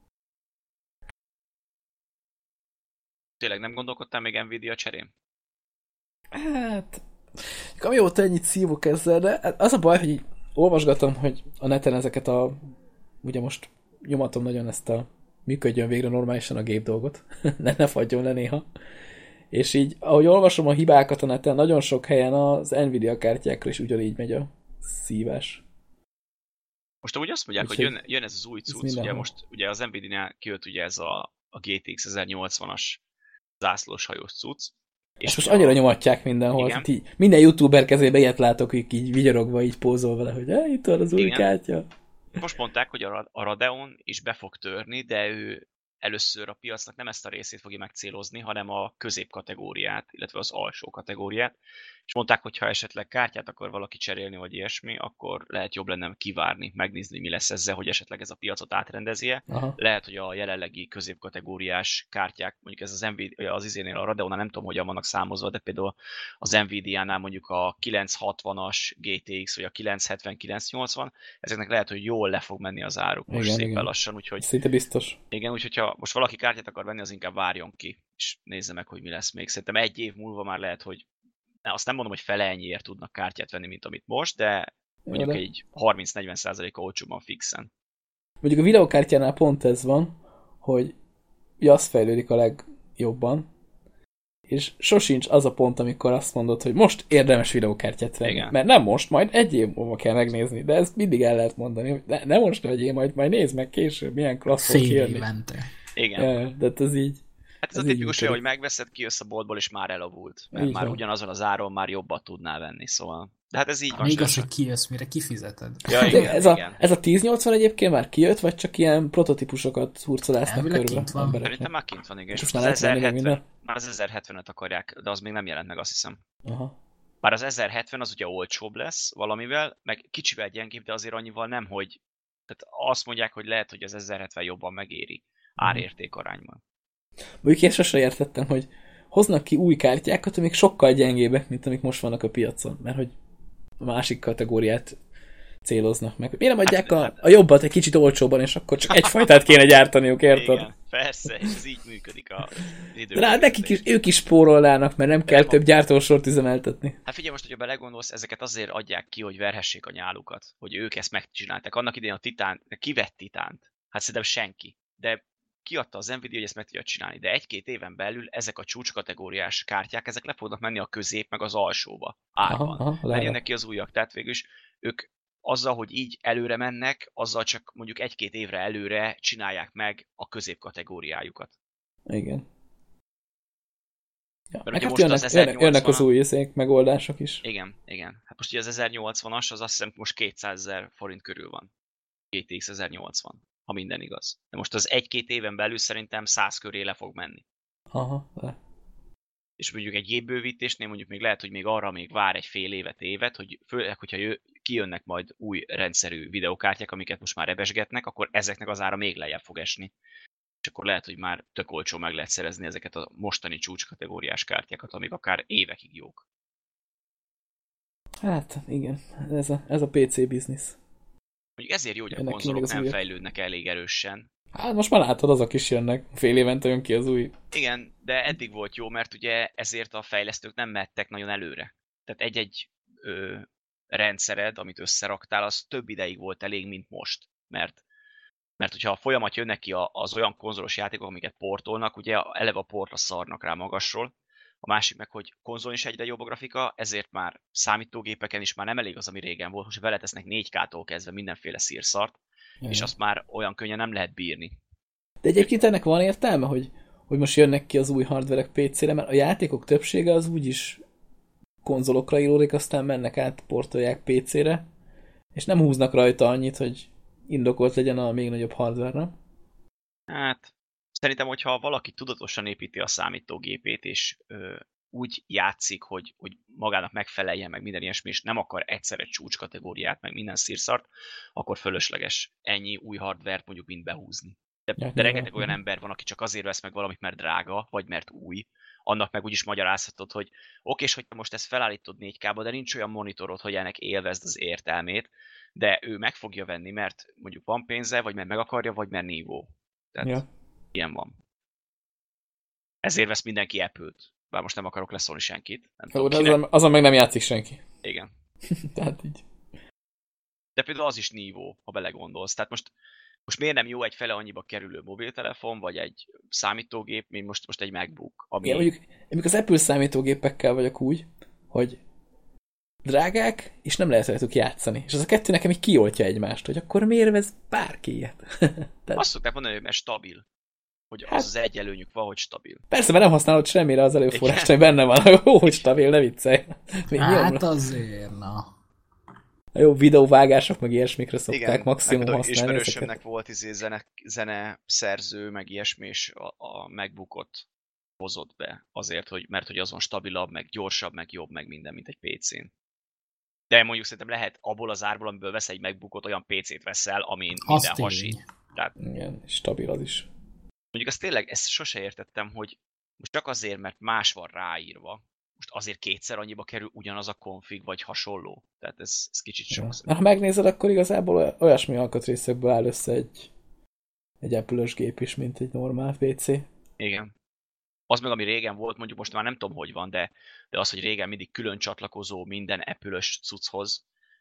Tényleg nem gondolkodtál még Nvidia cserén? Hát... Amióta ennyit szívok ezzel, de az a baj, hogy így olvasgatom, hogy a neten ezeket a... Ugye most nyomatom nagyon ezt a működjön végre normálisan a gép dolgot. ne, ne fagyjon le néha. És így, ahogy olvasom a hibákat a neten, nagyon sok helyen az Nvidia kártyákra is ugyanígy megy a szívás. Most amúgy azt mondják, Úgy, hogy jön, jön ez az új cucc, ugye most ugye az Nvidia-nál kijött ugye ez a, a gé té iksz ezernyolcvanas zászlós hajós cucc. És most annyira a... nyomatják mindenhol, hogy így minden youtuber kezébe ilyet látok, hogy így vigyorogva így pózol vele, hogy eh, itt van az új Igen. kártya. Most mondták, hogy a Radeon is be fog törni, de ő először a piacnak nem ezt a részét fogja megcélozni, hanem a középkategóriát, illetve az alsó kategóriát. És mondták, hogy ha esetleg kártyát akar valaki cserélni, vagy ilyesmi, akkor lehet jobb lenne kivárni, megnézni, mi lesz ezzel, hogy esetleg ez a piacot átrendezie. Aha. Lehet, hogy a jelenlegi középkategóriás kártyák, mondjuk ez az Nvidia, az izénél a Radeonnál nem tudom, hogyan vannak számozva, de például az Nvidia-nál mondjuk a kilencszázhatvanas gé té iksz, vagy a kilencszázhetven kilencszáznyolcvan, ezeknek lehet, hogy jól le fog menni az áruk most igen, szépen igen. lassan. Úgyhogy, szinte biztos. Igen, úgyhogy ha most valaki kártyát akar venni, az inkább várjon ki, és nézze meg, hogy mi lesz még. Szerintem egy év múlva már lehet, hogy azt nem mondom, hogy fele ennyiért tudnak kártyát venni, mint amit most, de mondjuk de... egy harminc-negyven százaléka olcsóban fixen. Mondjuk a videokártyánál pont ez van, hogy ugye az fejlődik a legjobban, és sosincs az a pont, amikor azt mondod, hogy most érdemes videókártyát venni. Igen. Mert nem most, majd egy év múlva kell megnézni, de ezt mindig el lehet mondani, hogy ne, ne most vegyél, majd, majd nézd meg később, milyen klassz fog Fél kijönni. évente. Igen. Ja, de ez így. Hát ez, ez a tipikus olyan, hogy megveszed, kijössz a boltból, és már elavult. Mert Így már van. ugyanazon az áron már jobbat tudnál venni, szóval. De hát ez így van. Még az, sose. hogy kijössz, mire kifizeted. Ja, De igen, ez, a, igen. ez a tíz nyolcvan egyébként már kijött, vagy csak ilyen prototípusokat hurcolásznak Elvileg körbe kint van. embereknek? Szerintem már kint van, igen. És És most most már az lehet venni meg ezerhetven, minden? már az ezerhetvenet akarják, de az még nem jelent meg, azt hiszem. Aha. Bár az ezerhetven az ugye olcsóbb lesz valamivel, meg kicsivel gyengébb, de azért annyival nem, hogy... Tehát azt mondják, hogy lehet, hogy az ezerhetven jobban megéri árérték arányban. Mondjuk én sosem értettem, hogy hoznak ki új kártyákat, amik sokkal gyengébbek, mint amik most vannak a piacon. Mert hogy a másik kategóriát céloznak meg. Miért nem adják a, a jobbat egy kicsit olcsóban, és akkor csak egyfajtát kéne gyártaniuk, érted? Igen, persze, és ez így működik a idő. De rá, nekik is, ők is spórolnának, mert nem kell Nem, több gyártósort üzemeltetni. Hát figyelj most, hogyha belegondolsz, ezeket azért adják ki, hogy verhessék a nyálukat, hogy ők ezt megcsinálták. Annak idején a Titán, kivett Titánt, hát szerintem senki, de kiadta az Nvidia, hogy ezt meg tudja csinálni, de egy-két éven belül ezek a csúcskategóriás kártyák, ezek le fognak menni a közép meg az alsóba árban. Aha, aha, Mert lehet. jönnek ki az újak, tehát végül is ők azzal, hogy így előre mennek, azzal csak mondjuk egy-két évre előre csinálják meg a középkategóriájukat. Igen. Ja, Mert meg ugye hát most jönnek, az jönnek, jönnek az ezernyolcvan új izék, megoldások is. Igen, igen. Hát most ugye az ezernyolcvanas, az azt hiszem most kétszázezer forint körül van. gé té iksz ezernyolcvan, ha minden igaz. De most az egy-két éven belül szerintem száz köré le fog menni. Aha, de. És mondjuk egy évbővítésnél mondjuk még lehet, hogy még arra még vár egy fél évet, évet, hogy főleg, hogyha jö, kijönnek majd új rendszerű videokártyák, amiket most már rebesgetnek, akkor ezeknek az ára még lejjebb fog esni. És akkor lehet, hogy már tök olcsó meg lehet szerezni ezeket a mostani csúcskategóriás kártyákat, amik akár évekig jók. Hát, igen. Ez a, ez a pé cé biznisz. Mondjuk ezért jó, hogy a Ennek konzolok mindig az nem újak. fejlődnek elég erősen. Hát most már látod, azok is jönnek. Fél évente jön ki az új. Igen, de eddig volt jó, mert ugye ezért a fejlesztők nem mehettek nagyon előre. Tehát egy-egy ö, rendszered, amit összeraktál, az több ideig volt elég, mint most. Mert, mert hogyha a folyamat jönnek ki az olyan konzolos játékok, amiket portolnak, ugye eleve a portra szarnak rá magasról. A másik meg, hogy konzol is egyre jobb a grafika, ezért már számítógépeken is már nem elég az, ami régen volt. Most beletesznek négy ká-tól kezdve mindenféle szírszart, Jaj. és azt már olyan könnyen nem lehet bírni. De egyébként ennek van értelme, hogy, hogy most jönnek ki az új hardverek pé cére, mert a játékok többsége az úgyis konzolokra íródik, aztán mennek át, portolják pé cére, és nem húznak rajta annyit, hogy indokolt legyen a még nagyobb hardware, nem? Hát, szerintem, hogyha valaki tudatosan építi a számítógépét, és ö, úgy játszik, hogy, hogy magának megfeleljen, meg minden ilyesmi, és nem akar egyszerre csúcskategóriát, meg minden szírszart, akkor fölösleges ennyi új hardvert mondjuk mind behúzni. De, Ja, de rengeteg nyilván. olyan ember van, aki csak azért vesz meg valamit, mert drága, vagy mert új, annak meg úgyis magyarázhatod, hogy oké, és hogy te most ezt felállítod négy ká-ba, de nincs olyan monitorod, hogy ennek élvezd az értelmét, de ő meg fogja venni, mert mondjuk van pénze, vagy mert meg akarja, vagy mert nívó. Tehát Ja. ilyen van. Ezért vesz mindenki Apple-t. Bár most nem akarok leszólni senkit. Nem Jó, tudom, de kinek. azon, azon meg nem játszik senki. Igen. Tehát így. De például az is nívó, ha belegondolsz. Tehát most, most miért nem jó egy fele annyiba kerülő mobiltelefon, vagy egy számítógép, mint most, most egy MacBook, ami... Igen, mondjuk, mondjuk az Apple számítógépekkel vagyok úgy, hogy drágák, és nem lehet rajtuk játszani. És az a kettő nekem így kioltja egymást, hogy akkor miért vesz bárki ilyet? Tehát, Azt szokták mondani, hogy mert stabil. Hogy Hát- az az egy előnyük van, hogy stabil. persze, mert nem használod semmire az előforrást, hogy benne van. Ó, hogy stabil, ne viccelj. Még Hát nyomra. azért, na. A jó videóvágások, meg ilyesmikre szokták Igen, maximum meg használni ismerősömnek ezeket. volt izé zene, zene szerző, meg ilyesmi, és a, a MacBookot hozott be azért, hogy, mert hogy azon stabilabb, meg gyorsabb, meg jobb, meg minden, mint egy pé cén. De mondjuk szerintem lehet abból az árból, amiből vesz egy MacBookot, olyan pé cét veszel, amin Az minden tény. hasít. Tehát Igen, stabil az is. mondjuk azt tényleg, ezt sose értettem, hogy most csak azért, mert más van ráírva, most azért kétszer annyiba kerül ugyanaz a config, vagy hasonló. Tehát ez, ez kicsit Ja. sokszor. Ha megnézed, akkor igazából olyasmi alkatrészekből áll össze egy, egy Apple-ös gép is, mint egy normál pé cé. Igen. Az meg, ami régen volt, mondjuk most már nem tudom, hogy van, de, de az, hogy régen mindig külön csatlakozó minden Apple-ös cucchoz,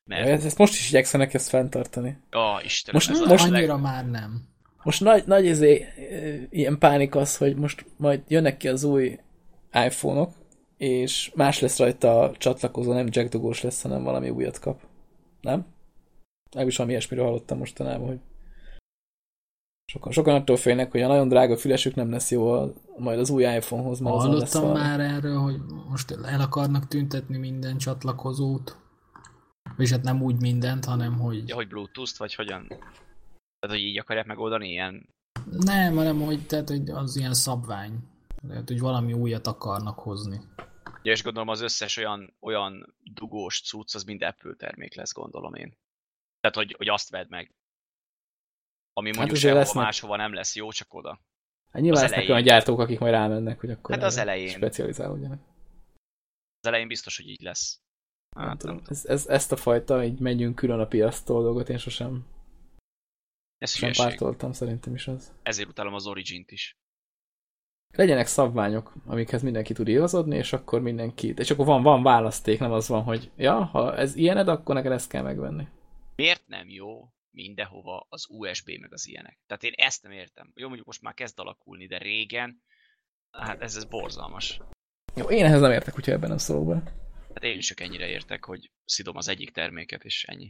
Mert... Ez, ezt most is igyekszenek ezt fenntartani. Ó, Istenem, most, ez most Annyira leg... már nem. Most nagy, nagy izé, ilyen pánik az, hogy most majd jönnek ki az új iPhone-ok, és más lesz rajta a csatlakozó, nem jackdugós lesz, hanem valami újat kap. Nem? Legalábbis valami ilyesmiről hallottam mostanában, hogy sokan, sokan attól félnek, hogy a nagyon drága fülesük nem lesz jó a, majd az új iPhone-hoz. Hallottam már erről, hogy most el akarnak tüntetni minden csatlakozót. És hát nem úgy mindent, hanem hogy... Ja, hogy Bluetooth-t, vagy hogyan? Tehát, hogy így akarják megoldani ilyen? Nem, hanem hogy, tehát, hogy az ilyen szabvány. Tehát, hogy valami újat akarnak hozni. Ja, és gondolom az összes olyan, olyan dugós cucc, az mind Apple termék lesz, gondolom én. Tehát, hogy, hogy azt vedd meg. Ami mondjuk hát sehova lesznek... máshova nem lesz jó, csak oda. Hát nyilván lesznek olyan gyártók, akik majd rámennek, hogy akkor hát az elején. specializálódjanak. Az elején biztos, hogy így lesz. Hát, nem tudom. Ez, ez, ezt a fajta, így megyünk külön a piasztól dolgot, én sosem, ez sosem pártoltam, szerintem is az. Ezért utálom az Origin-t is. Legyenek szabványok, amikhez mindenki tud igazodni, és akkor mindenki... És akkor van, van választék, nem az van, hogy ja, ha ez ilyened, akkor neked ezt kell megvenni. Miért nem jó mindenhova az u es bé meg az ilyenek? Tehát én ezt nem értem. Jó, mondjuk most már kezd alakulni, de régen, hát ez, ez borzalmas. Jó, én ehhez nem értek, úgyhogy ebben nem szólok be. Hát én is csak ennyire értek, hogy szidom az egyik terméket, és ennyi.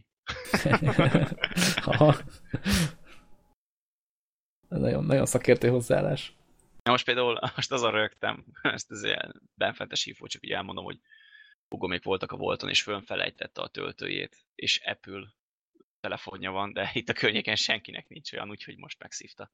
nagyon, nagyon szakértő hozzáállás. Na most például, most azon rögtem, ezt az ilyen benfentes infó, csak így elmondom, hogy hugomék voltak a Volton, és fölfelejtette a töltőjét, és Apple telefonja van, de itt a környéken senkinek nincs olyan, úgyhogy most megszívta.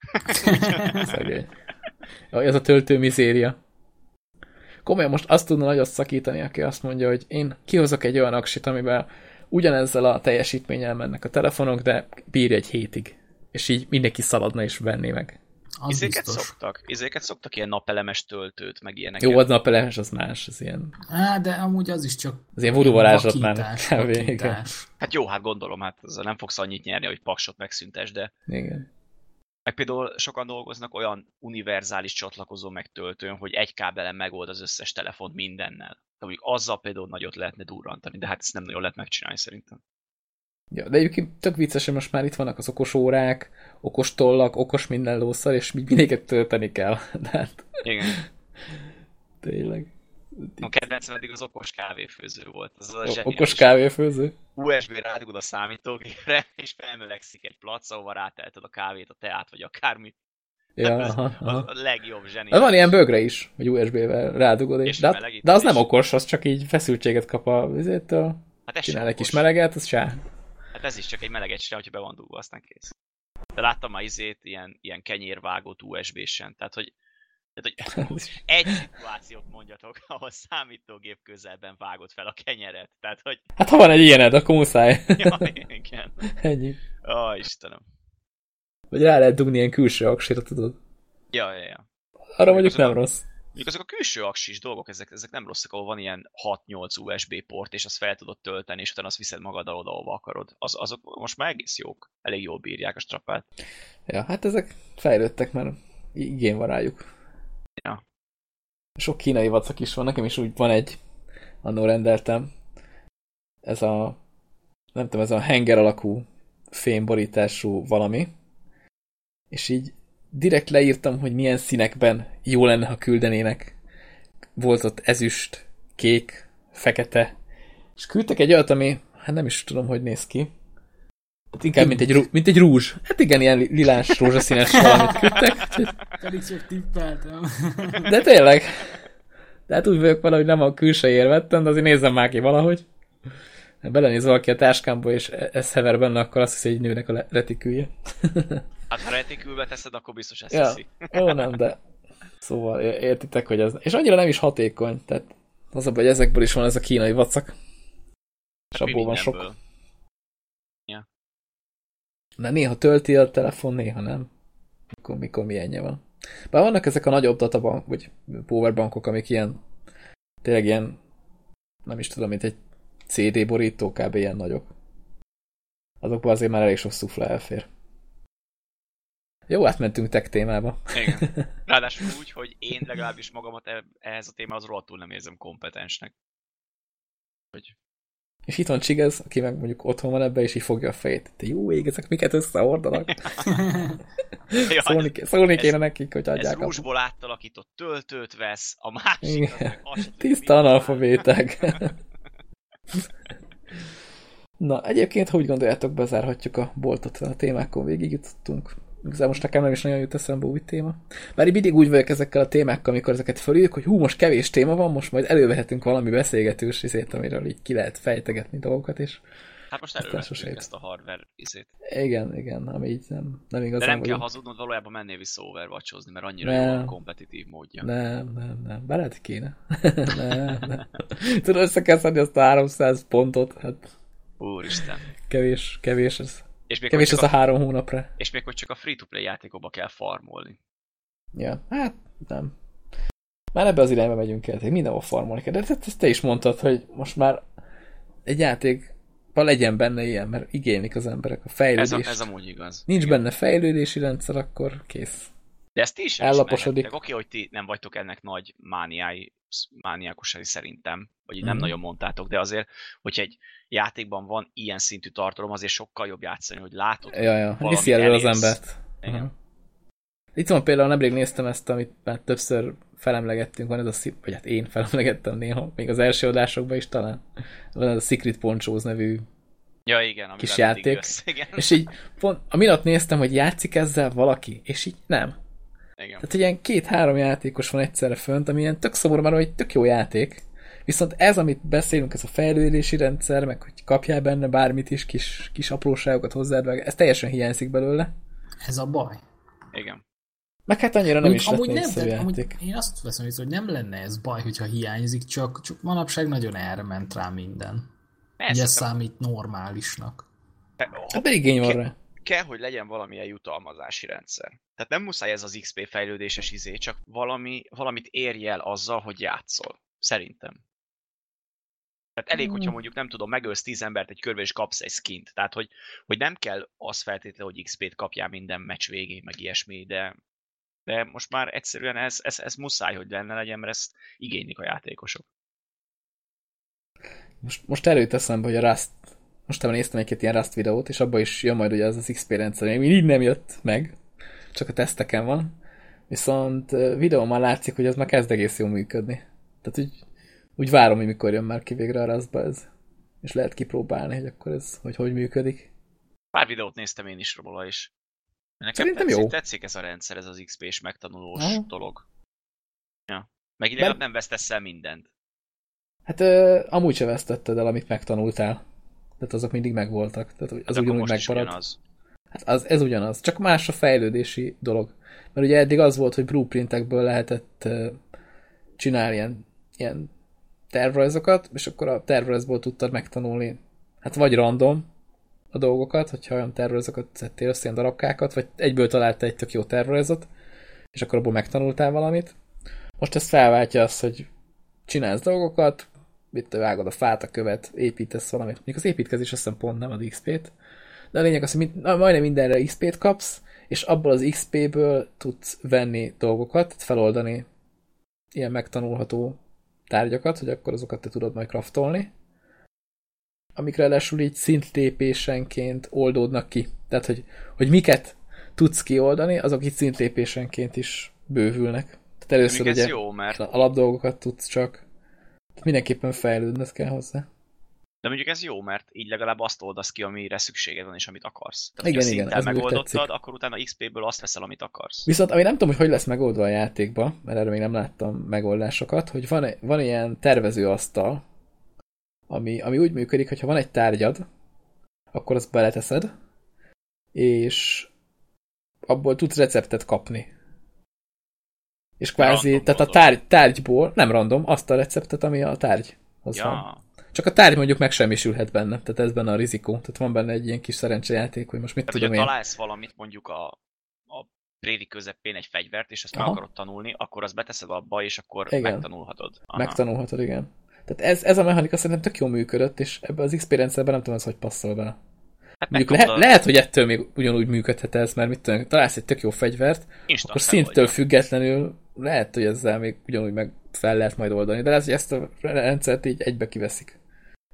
Szegény. Ez a töltő mizéria. Komolyan most azt tudna nagyon szakítani, aki azt mondja, hogy én kihozok egy olyan aksit, amiben ugyanezzel a teljesítménnyel mennek a telefonok, de bírja egy hétig. És így mindenki szaladna és venné meg. Az izéket biztos. szoktak, izéket szoktak ilyen napelemes töltőt, meg ilyeneket. Jó, az napelemes, az más, az ilyen... Á, de amúgy az is csak... Az ilyen voodoo varázslat már. Vakítás, Kb. vakítás. Hát jó, hát gondolom, hát ezzel nem fogsz annyit nyerni, hogy paksot megszüntes, de... Igen. Meg például sokan dolgoznak olyan univerzális csatlakozó megtöltőn, hogy egy kábelen megold az összes telefont mindennel. De mondjuk azzal például nagyot lehetne durrantani, de hát ezt nem nagyon lehet megcsinálni szerintem. Ja, de egyébként tök vicces, hogy most már itt vannak az okos órák, okos tollak, okos minden lószar, és mindéket tölteni kell. De hát... Igen. Tényleg. A kedvencem eddig az okos kávéfőző volt. Az az O- okos kávéfőző? u es bé rádugod a számítógépre, és felmelegszik egy plac, ahova rátelted a kávét, a teát, vagy akármit. Ja, az, aha, aha. az a legjobb zseniális. Van ilyen bögre is, hogy u es bé-vel rádugod, és de, de az nem okos, az csak így feszültséget kap a vizétől, hát csinál egy kis meleget, az sá. Hát ez is csak egy meleget csinál, hogyha be van dugva, aztán kész. De láttam már izét, ilyen, ilyen kenyérvágót u es bé-sen, tehát hogy, tehát, hogy egy szituációt mondjatok, ahol számítógép közelben vágod fel a kenyeret, tehát hogy... Hát ha van egy ilyened, akkor muszáj. Ja, igen. Ennyi. Ó, Istenem. Vagy rá lehet dugni ilyen külső aksira, tudod? Ja, ja, ja. Arra mondjuk nem rossz. Mondjuk azok a külső aksis dolgok, ezek, ezek nem rosszak, ahol van ilyen hat-nyolc u es bé port, és azt fel tudod tölteni, és utána azt viszed magaddal oda, ahova akarod. Az, azok most már egész jók. Elég jól bírják a strapát. Ja, hát ezek fejlődtek, mert igény van rájuk. Ja. Sok kínai vacak is van, nekem is úgy van egy, annól rendeltem. Ez a, nem tudom, ez a henger alakú fémborítású valami. És így direkt leírtam, hogy milyen színekben jó lenne, ha küldenének. Volt ott ezüst, kék, fekete. És küldtek egy olyat, ami, hát nem is tudom, hogy néz ki. Hát inkább, mint egy, mint egy rúzs. Hát igen, ilyen lilás, rózsaszínes valamit küldtek. Pedig csak tippeltem. De tényleg. De hát úgy vagyok vele, hogy nem a külsejéért vettem, de azért nézzem már ki valahogy. Belenéz valaki a táskámba, és ez hever benne, akkor azt hiszi, hogy egy nőnek a retikülje. Hát ha retikülbe teszed, akkor biztos ezt ja. hiszi. Ó, nem, de... Szóval értitek, hogy ez... És annyira nem is hatékony, tehát az a baj, hogy ezekből is van ez a kínai vacak. És hát abból van sok. Ja. De néha tölti a telefon, néha nem. Mikor, mikor milyenje van. Bár vannak ezek a nagyobb databank, vagy powerbankok, amik ilyen... Tényleg ilyen... Nem is tudom, mint egy cé dé borító, kb. Ilyen nagyok. Azokban azért már elég sok szufla elfér. Jó, átmentünk tech témába. Igen. Ráadásul úgy, hogy én legalábbis magamat ehhez a témához rohadtul nem érzem kompetensnek. Hogy És itt van Csigez, aki meg mondjuk otthon van ebbe, és így fogja a fejét. Te jó ég, ezek miket összehordanak? szólni, szólni kéne nekik, hogy adják. Ez rúzsból átalakított töltőt vesz, a másik az meg azt, tiszta analfabéták. Na, egyébként, hogy gondoljátok, bezárhatjuk a boltot, a témákon végig jutottunk. Igazából most nekem nem is nagyon jut eszembe új téma. Bár így mindig úgy vagyok ezekkel a témákkal, amikor ezeket fölírjuk, hogy hú, most kevés téma van, most majd elővehetünk valami beszélgetős izét, amiről így ki lehet fejtegetni dolgokat is. Hát most elővehetünk ezt a hardware izét. Igen, igen, ami így nem, nem igazán. De nem vagyunk. kell hazudnod, valójában mennél vissza Overwatch-ozni, mert annyira nem. jó a kompetitív módja. Nem, nem, nem. Bár lehet, kéne. nem, nem. Tudod, össze kell szedni azt a háromszáz pontot, hát... Úristen. Kevés, kevés ez. És még kevés ez a, a három hónapra. És még hogy csak a free-to-play játékokba kell farmolni. Ja, hát nem. Már ebbe az irányba megyünk el, hogy mindenhol farmolni kell. De ezt te is mondtad, hogy most már egy játékban legyen benne ilyen, mert igénylik az emberek a fejlődést. Ez, a, ez amúgy igaz. Nincs igen. benne fejlődési rendszer, akkor kész. De ezt ti is ellaposodik. Oké, okay, hogy ti nem vagytok ennek nagy mániái, mániákusai szerintem, vagy így mm-hmm. nem nagyon mondtátok, de azért, hogyha egy játékban van ilyen szintű tartalom, azért sokkal jobb játszani, hogy látod. Ja, ja. Viszi elő az embert. Igen. Uh-huh. Itt van például, nemrég néztem ezt, amit már többször felemlegettünk, van ez a, vagy hát én felemlegettem néha, még az első adásokban is talán. Van ez a Secret Ponchos nevű ja, igen, kis játék. Jössz, igen. És így pont, a minap néztem, hogy játszik ezzel valaki, és így nem. Igen. Tehát ilyen két-három játékos van egyszerre fönt, ami ilyen tök szomorú, már egy tök jó játék. Viszont ez, amit beszélünk, ez a fejlődési rendszer, meg hogy kapjál benne bármit is, kis, kis apróságokat hozzád, meg ez teljesen hiányzik belőle. Ez a baj. Igen. Meg hát annyira nem amúgy, is lett amúgy nem, játék. amúgy én azt veszem észre, hogy nem lenne ez baj, hogyha hiányzik, csak, csak manapság nagyon erre ment rá minden. Ugye számít normálisnak. Hát igény van rá. Kell, hogy legyen valamilyen jutalmazási rendszer. Tehát nem muszáj ez az iksz pé fejlődéses izé, csak valami, valamit érj el azzal, hogy játszol. Szerintem. Tehát elég, hogyha mondjuk nem tudom, megölsz tíz embert egy körbe és kapsz egy skint. Tehát, hogy, hogy nem kell az feltétlenül, hogy iksz pét kapjál minden meccs végén, meg ilyesmi, de, de most már egyszerűen ez, ez, ez muszáj, hogy lenne legyen, mert ezt igénylik a játékosok. Most, most előtt eszembe, hogy a Rust, most néztem egy-két ilyen Rust videót, és abban is jön majd ugye az az iksz pé rendszer, még így nem jött meg, csak a teszteken van. Viszont videón már látszik, hogy ez már kezd egész jól működni. Tehát úgy, úgy várom, hogy mikor jön már ki végre a Rustba ez. És lehet kipróbálni, hogy akkor ez hogy, hogy működik. Pár videót néztem én is róla is. Nekem Szerintem tetszik, jó. Tetszik ez a rendszer, ez az iksz pés megtanulós Aha. dolog. Ja. Meg legalább Ben... nem vesztesz el mindent. Hát ö, amúgy se vesztetted el, amit megtanultál. Tehát azok mindig megvoltak. Tehát az hát ugyanúgy megmaradt. Hát az, ez ugyanaz. Csak más a fejlődési dolog. Mert ugye eddig az volt, hogy blueprintekből lehetett uh, csinálni ilyen, ilyen tervrajzokat, és akkor a tervrajzból tudtad megtanulni, hát vagy random a dolgokat, hogyha olyan tervrajzokat szedtél össze, ilyen darabkákat, vagy egyből találtál egy tök jó tervrajzot, és akkor abból megtanultál valamit. Most ez felváltja azt, hogy csinálsz dolgokat, mit vágod a fát, a követ, építesz valamit. Mondjuk az építkezés azt hiszem pont nem ad iksz pét, de a lényeg az, hogy mind, na, majdnem mindenre iksz pét kapsz, és abból az iksz péből tudsz venni dolgokat, feloldani ilyen megtanulható tárgyakat, hogy akkor azokat te tudod majd craftolni, amikre ráadásul így szintlépésenként oldódnak ki. Tehát, hogy, hogy miket tudsz kioldani, azok így szintlépésenként is bővülnek. Tehát először ugye jó, mert... alapdolgokat tudsz csak. Mindenképpen fejlődned kell hozzá. De mondjuk ez jó, mert így legalább azt oldasz ki, amire szükséged van, és amit akarsz. Tehát, igen, ha igen, szinttel ez megoldottad, akkor utána iksz péből azt veszel, amit akarsz. Viszont ami nem tudom, hogy hogy lesz megoldva a játékba, mert erre még nem láttam megoldásokat, hogy van, van ilyen tervezőasztal, ami, ami úgy működik, hogy ha van egy tárgyad, akkor azt beleteszed, és abból tudsz receptet kapni. És kvázi, random tehát a tárgy, tárgyból, nem random, azt a receptet, ami a tárgyhoz ja. van. Csak a tárgy mondjuk megsemmisülhet benne, tehát ez benne a rizikó. Tehát van benne egy ilyen kis szerencsejáték, hogy most mit tehát, tudom én. én. Találsz valamit mondjuk a, a préri közepén egy fegyvert, és ezt meg akarod tanulni, akkor azt beteszed abba, és akkor igen. megtanulhatod. Aha. Megtanulhatod, igen. Tehát ez, ez a mechanika szerintem tök jól működött, és ebben az iksz pé rendszerben nem tudom, ez hogy passzol bele. Hát mondjuk le, a... lehet, hogy ettől még ugyanúgy működhet ez, mert mit tudom, találsz egy tök jó fegyvert, Instant akkor szinttől függetlenül lehet, hogy ezzel még ugyanúgy meg fel lehet majd oldani, de lehet, hogy ezt a rendszert így egybe kiveszik. Tehát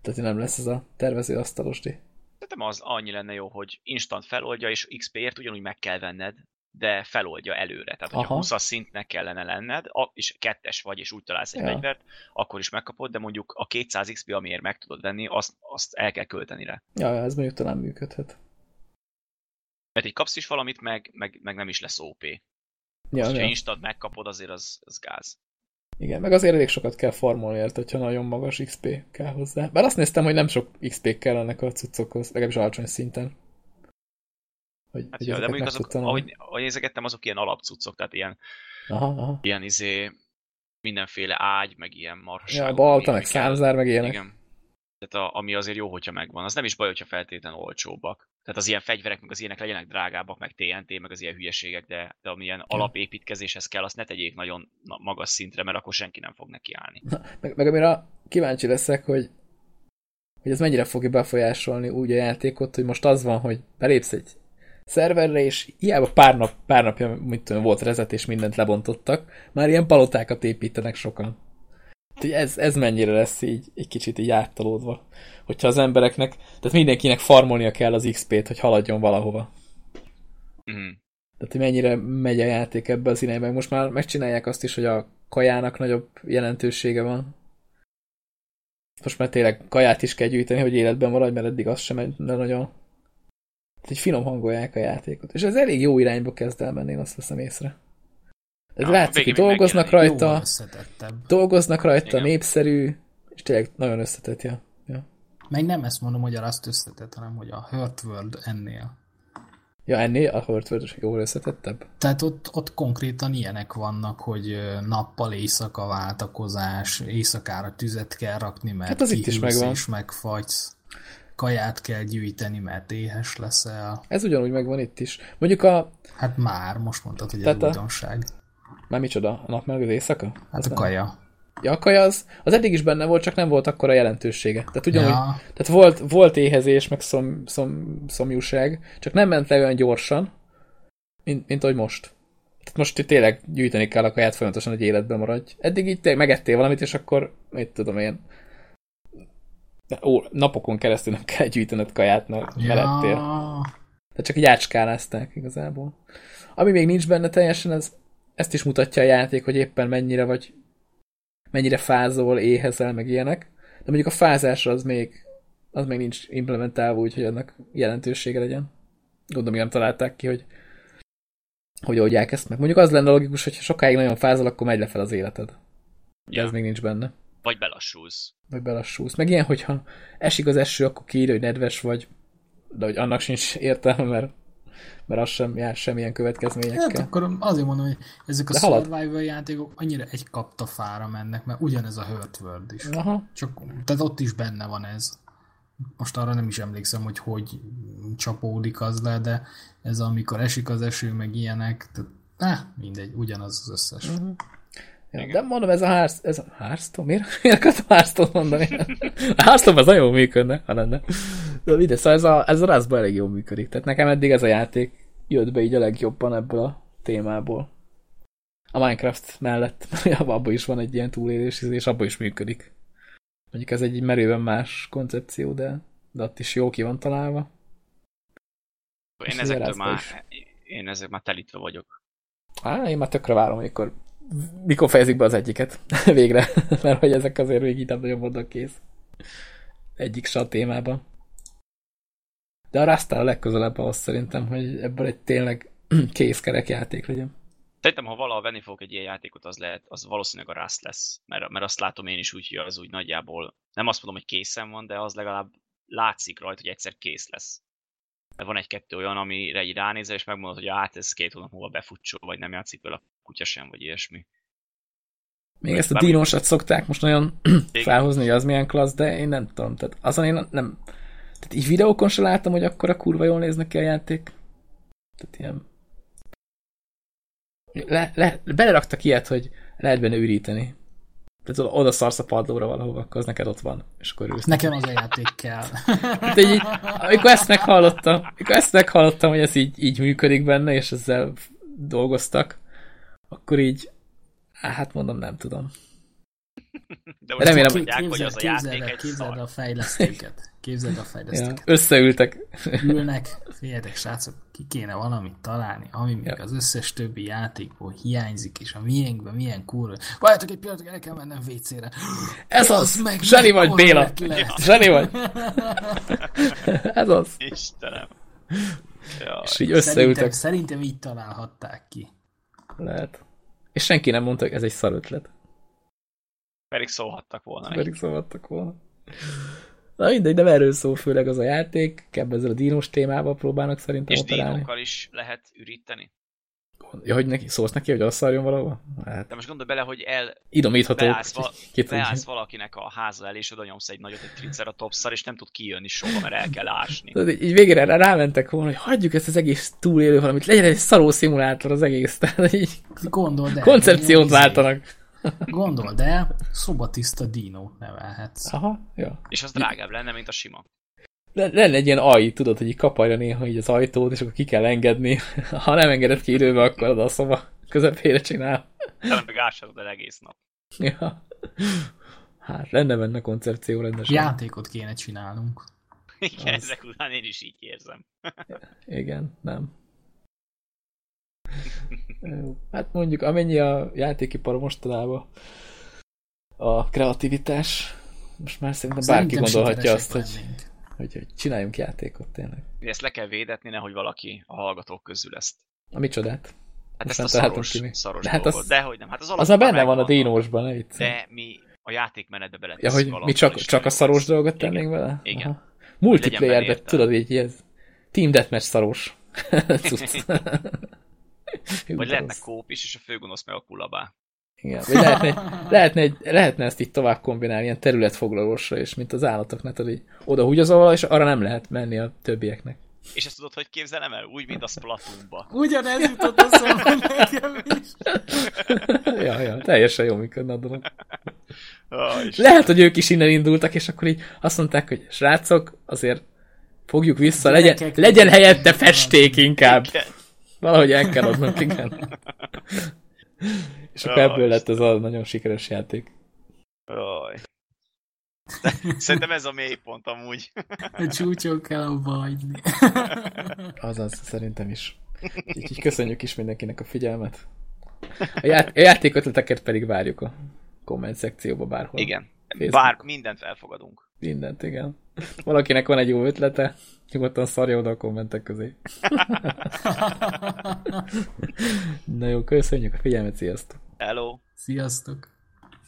Tehát nem lesz ez a tervező asztalosdi. Szerintem az annyi lenne jó, hogy instant feloldja, és iksz pé-ért ugyanúgy meg kell venned, de feloldja előre. Tehát, hogyha húszas szintnek kellene lenned, és kettes vagy, és úgy találsz egy ja. fegyvert, akkor is megkapod, de mondjuk a kétszáz iksz pé, amiért meg tudod venni, azt, azt el kell költeni rá. Ja, ez mondjuk talán működhet. Mert így kapsz is valamit, meg, meg, meg nem is lesz ó pé. Ja, azt, ja. ha instant megkapod, azért az, az gáz. Igen, meg azért elég sokat kell farmolni, ért, hogyha nagyon magas iksz pé kell hozzá. Bár azt néztem, hogy nem sok iksz pé kell ennek a cuccokhoz, legalábbis alacsony szinten. Hogy, hát hogy jó, de mondjuk azok, ahogy, ahogy nézegettem, azok ilyen alapcuccok, tehát ilyen, aha, aha. ilyen izé, mindenféle ágy, meg ilyen marhaságok. Ja, balta, meg számzár, meg ilyenek. Igen. Tehát a, ami azért jó, hogyha megvan. Az nem is baj, hogyha feltétlenül olcsóbbak. Tehát az ilyen fegyverek, meg az ilyenek legyenek drágábbak, meg té en té, meg az ilyen hülyeségek, de, de amilyen ja. alapépítkezéshez kell, azt ne tegyék nagyon magas szintre, mert akkor senki nem fog neki állni. Na, meg, meg amire kíváncsi leszek, hogy, hogy ez mennyire fogja befolyásolni úgy a játékot, hogy most az van, hogy belépsz egy szerverre, és hiába pár, nap, pár napja, mit tudom, volt rezet, és mindent lebontottak, már ilyen palotákat építenek sokan. Ez, ez mennyire lesz így egy kicsit így áttalódva. Hogyha az embereknek, tehát mindenkinek farmolnia kell az iksz pét, hogy haladjon valahova. Mm. Tehát, hogy mennyire megy a játék ebbe az irányba. Most már megcsinálják azt is, hogy a kajának nagyobb jelentősége van. Most már tényleg kaját is kell gyűjteni, hogy életben maradj, mert eddig az sem megy nagyon. Tehát, hogy finom hangolják a játékot. És ez elég jó irányba kezd elmenni, én azt veszem észre. Ez ja, látszik, hogy dolgoznak rajta, dolgoznak rajta, igen. Népszerű, és tényleg nagyon összetett, ja. ja. Meg nem ezt mondom, hogy a Rust összetett, hanem hogy a Hurt World ennél. Ja, ennél a Hurt World jól összetettebb? Tehát ott, ott konkrétan ilyenek vannak, hogy nappal éjszaka váltakozás, éjszakára tüzet kell rakni, mert hát az itt is megvan. És megfagysz. Kaját kell gyűjteni, mert éhes leszel. Ez ugyanúgy megvan itt is. Mondjuk a... Hát már, most mondtad, hogy ez újdonság. Már micsoda? A nap meg az éjszaka? Hát az a kaja. Nem. Ja, a kaja az, az eddig is benne volt, csak nem volt akkora jelentősége. Tehát ugyanúgy, ja. tehát volt, volt éhezés, meg szom, szom, szomjúság, csak nem ment le olyan gyorsan, mint, mint ahogy most. Tehát most tényleg gyűjteni kell a kaját folyamatosan, hogy életben maradj. Eddig így tényleg megettél valamit, és akkor, mit tudom én, ó, napokon keresztül nem kell gyűjtened kaját, mert ja. melettél. Tehát csak így átskálázták igazából. Ami még nincs benne teljesen, ez, ezt is mutatja a játék, hogy éppen mennyire vagy, mennyire fázol, éhezel, meg ilyenek. De mondjuk a fázásra az még, az még nincs implementálva úgy, hogy annak jelentősége legyen. Gondolom, nem találták ki, hogy hogy oldják ezt meg. Mondjuk az lenne logikus, hogy ha sokáig nagyon fázol, akkor megy lefel az életed. De ja. ez még nincs benne. Vagy belassulsz. Vagy belassulsz. Meg ilyen, hogyha esik az eső, akkor kiírja, hogy nedves vagy, de hogy annak sincs értelme, mert, mert az sem jár semmilyen következményekkel. Hát akkor azért mondom, hogy ezek a de survival halad. játékok annyira egy kaptafára mennek, mert ugyanez a Hurt World is. Aha. Csak, tehát ott is benne van ez. Most arra nem is emlékszem, hogy hogy csapódik az le, de ez amikor esik az eső, meg ilyenek, tehát eh, mindegy, ugyanaz az összes. Uh-huh. Ja, de mondom, ez a Hearthstone, ez a Hearthstone? Miért? Miért akartam Hearthstone mondani? A Hearthstone az nagyon jól működne, ha lenne. De ide, szóval ez a, ez a Rustban elég jól működik. Tehát nekem eddig ez a játék jött be így a legjobban ebből a témából. A Minecraft mellett, abban is van egy ilyen túlélés, és abban is működik. Mondjuk ez egy merőben más koncepció, de, de ott is jó ki van találva. Én ezektől már, én ezek már telítve vagyok. Á, én már tökre várom, amikor mikor fejezik be az egyiket végre, mert hogy ezek azért végig nem nagyon vannak kész. Egyik se a témában. De a Rustál a legközelebb ahhoz szerintem, hogy ebből egy tényleg kész kerek játék legyen. Szerintem, ha valaha venni fogok egy ilyen játékot, az lehet, az valószínűleg a Rust lesz. Mert, mert azt látom én is úgy, hogy az úgy nagyjából, nem azt mondom, hogy készen van, de az legalább látszik rajta, hogy egyszer kész lesz. Mert van egy-kettő olyan, amire így ránézel, és megmondod, hogy hát ez két hónap múlva befutcsol, vagy nem játszik vele a kutya sem, vagy ilyesmi. Még ezt a dinósat szokták most nagyon felhozni, hogy az milyen klassz, de én nem tudom. Tehát azon én nem... Tehát így videókon se láttam, hogy akkora kurva jól néznek ki a játék. Tehát ilyen... Le, le, beleraktak ilyet, hogy lehet benne üríteni. Tehát oda szarsz a padlóra valahova, akkor az neked ott van. És akkor ülsz. Nekem az a játék kell. Hát így, amikor ezt meghallottam, amikor ezt meghallottam, hogy ez így, így működik benne, és ezzel dolgoztak, akkor így, hát mondom, nem tudom. De most remélem, mondják, hogy az a játék egy képzeld szar. a fejlesztőket. Képzeld a fejlesztőket. Ja, összeültek. Ülnek, figyeljetek srácok, ki kéne valamit találni, ami még Ja. az összes többi játékból hiányzik, és a miénkben milyen kurva. Várjátok egy pillanatot, el kell mennem vécére. Ez az! meg Zseni vagy, mekkora Béla! ötlet. Zseni vagy! Ez az! Istenem. Jaj. És így Szerintem, összeültek. szerintem így találhatták ki. Lehet. És senki nem mondta, hogy ez egy szar ötlet. Pedig szólhattak volna neki. Pedig szólhattak volna. Na mindegy, de erről szól főleg az a játék, ebben ezzel a dínos témával próbálnak szerintem És operálni. dínokkal is lehet üríteni. Ja, hogy neki, szólsz neki, hogy asszarjon valahova? Hát, De most gondolj bele, hogy el idomítható. beállsz, val- Ki tudja. beállsz valakinek a háza elé, és oda nyomsz egy nagyot, egy triceratopsszal, és nem tud kijönni soha, mert el kell ásni. Tudod, így így végére rá- rámentek volna, hogy hagyjuk ezt az egész túlélő valamit, legyen egy szaró szimulátor az egész. Tehát így Gondold el. koncepciót hogy váltanak. Gondold el, szobatiszta dinót nevelhetsz. Aha, ja. És az drágább lenne, mint a sima. Le- Lenne egy ilyen aj, tudod, hogy így kaparja néha így az ajtót, és akkor ki kell engedni. Ha nem engeded ki időbe, akkor az a szoba közepére csinál. Nem meg ásod el egész nap. Ja. Hát lenne benne koncepció rendesen. Játékot kéne csinálnunk. Igen, Az. ezek után én is így érzem. Igen, nem. Jó. Hát mondjuk, amennyi a játékipar mostanában a kreativitás, most már szerintem bárki Szerintem gondolhatja azt, sikeresek hogy, lennénk. hogy, hogy csináljunk játékot tényleg. Ugye ezt le kell védetni, nehogy valaki a hallgatók közül ezt. A micsodát? Hát Most ezt a már találtam szaros, ki mi. szaros De hát dolgot. az- Dehogy nem. Hát az, Az már benne van a megvan. dínosban, ne vicc. De mi a játékmenetbe Ja, beletesszük hogy mi alapból csak, is, csak a nagyon szaros lesz. dolgot Igen. tennénk vele? Igen. Aha. Multiplayerbe, értelme. tudod így, ez Team Deathmatch szaros. Cucc. Jó, Vagy de lehetne az- kóp is, és a főgonosz meg a kulabá. Igen. Vagy lehetne, lehetne, egy, lehetne ezt így tovább kombinálni, ilyen területfoglalósra, és mint az állatoknak, tudod így oda húgyozol vala, és arra nem lehet menni a többieknek. És ezt tudod, hogy képzelem el? Úgy, mint a Splatoonba. Ugyanez jutott eszembe nekem is. ja, ja, teljesen jó működne a dolog. Oh, és Lehet, hogy ők is innen indultak, és akkor így azt mondták, hogy srácok, azért fogjuk vissza, legyen, Gyerekek, legyen helyette festék inkább. Igen. Valahogy el kell adnunk, igen. És akkor Jaj, ebből lett ez a nagyon sikeres játék. Jaj. Szerintem ez a mélypont amúgy. A csúcson kell abba hagyni. Azaz, szerintem is. Így, így köszönjük is mindenkinek a figyelmet. A, ját- a játékötleteket pedig várjuk a komment szekcióba bárhol. Igen. Facebook. Bár mindent elfogadunk. Mindent, igen. Valakinek van egy jó ötlete, nyugodtan szarja oda a kommentek közé. Na jó, köszönjük a figyelmet, sziasztok! Hello! Sziasztok!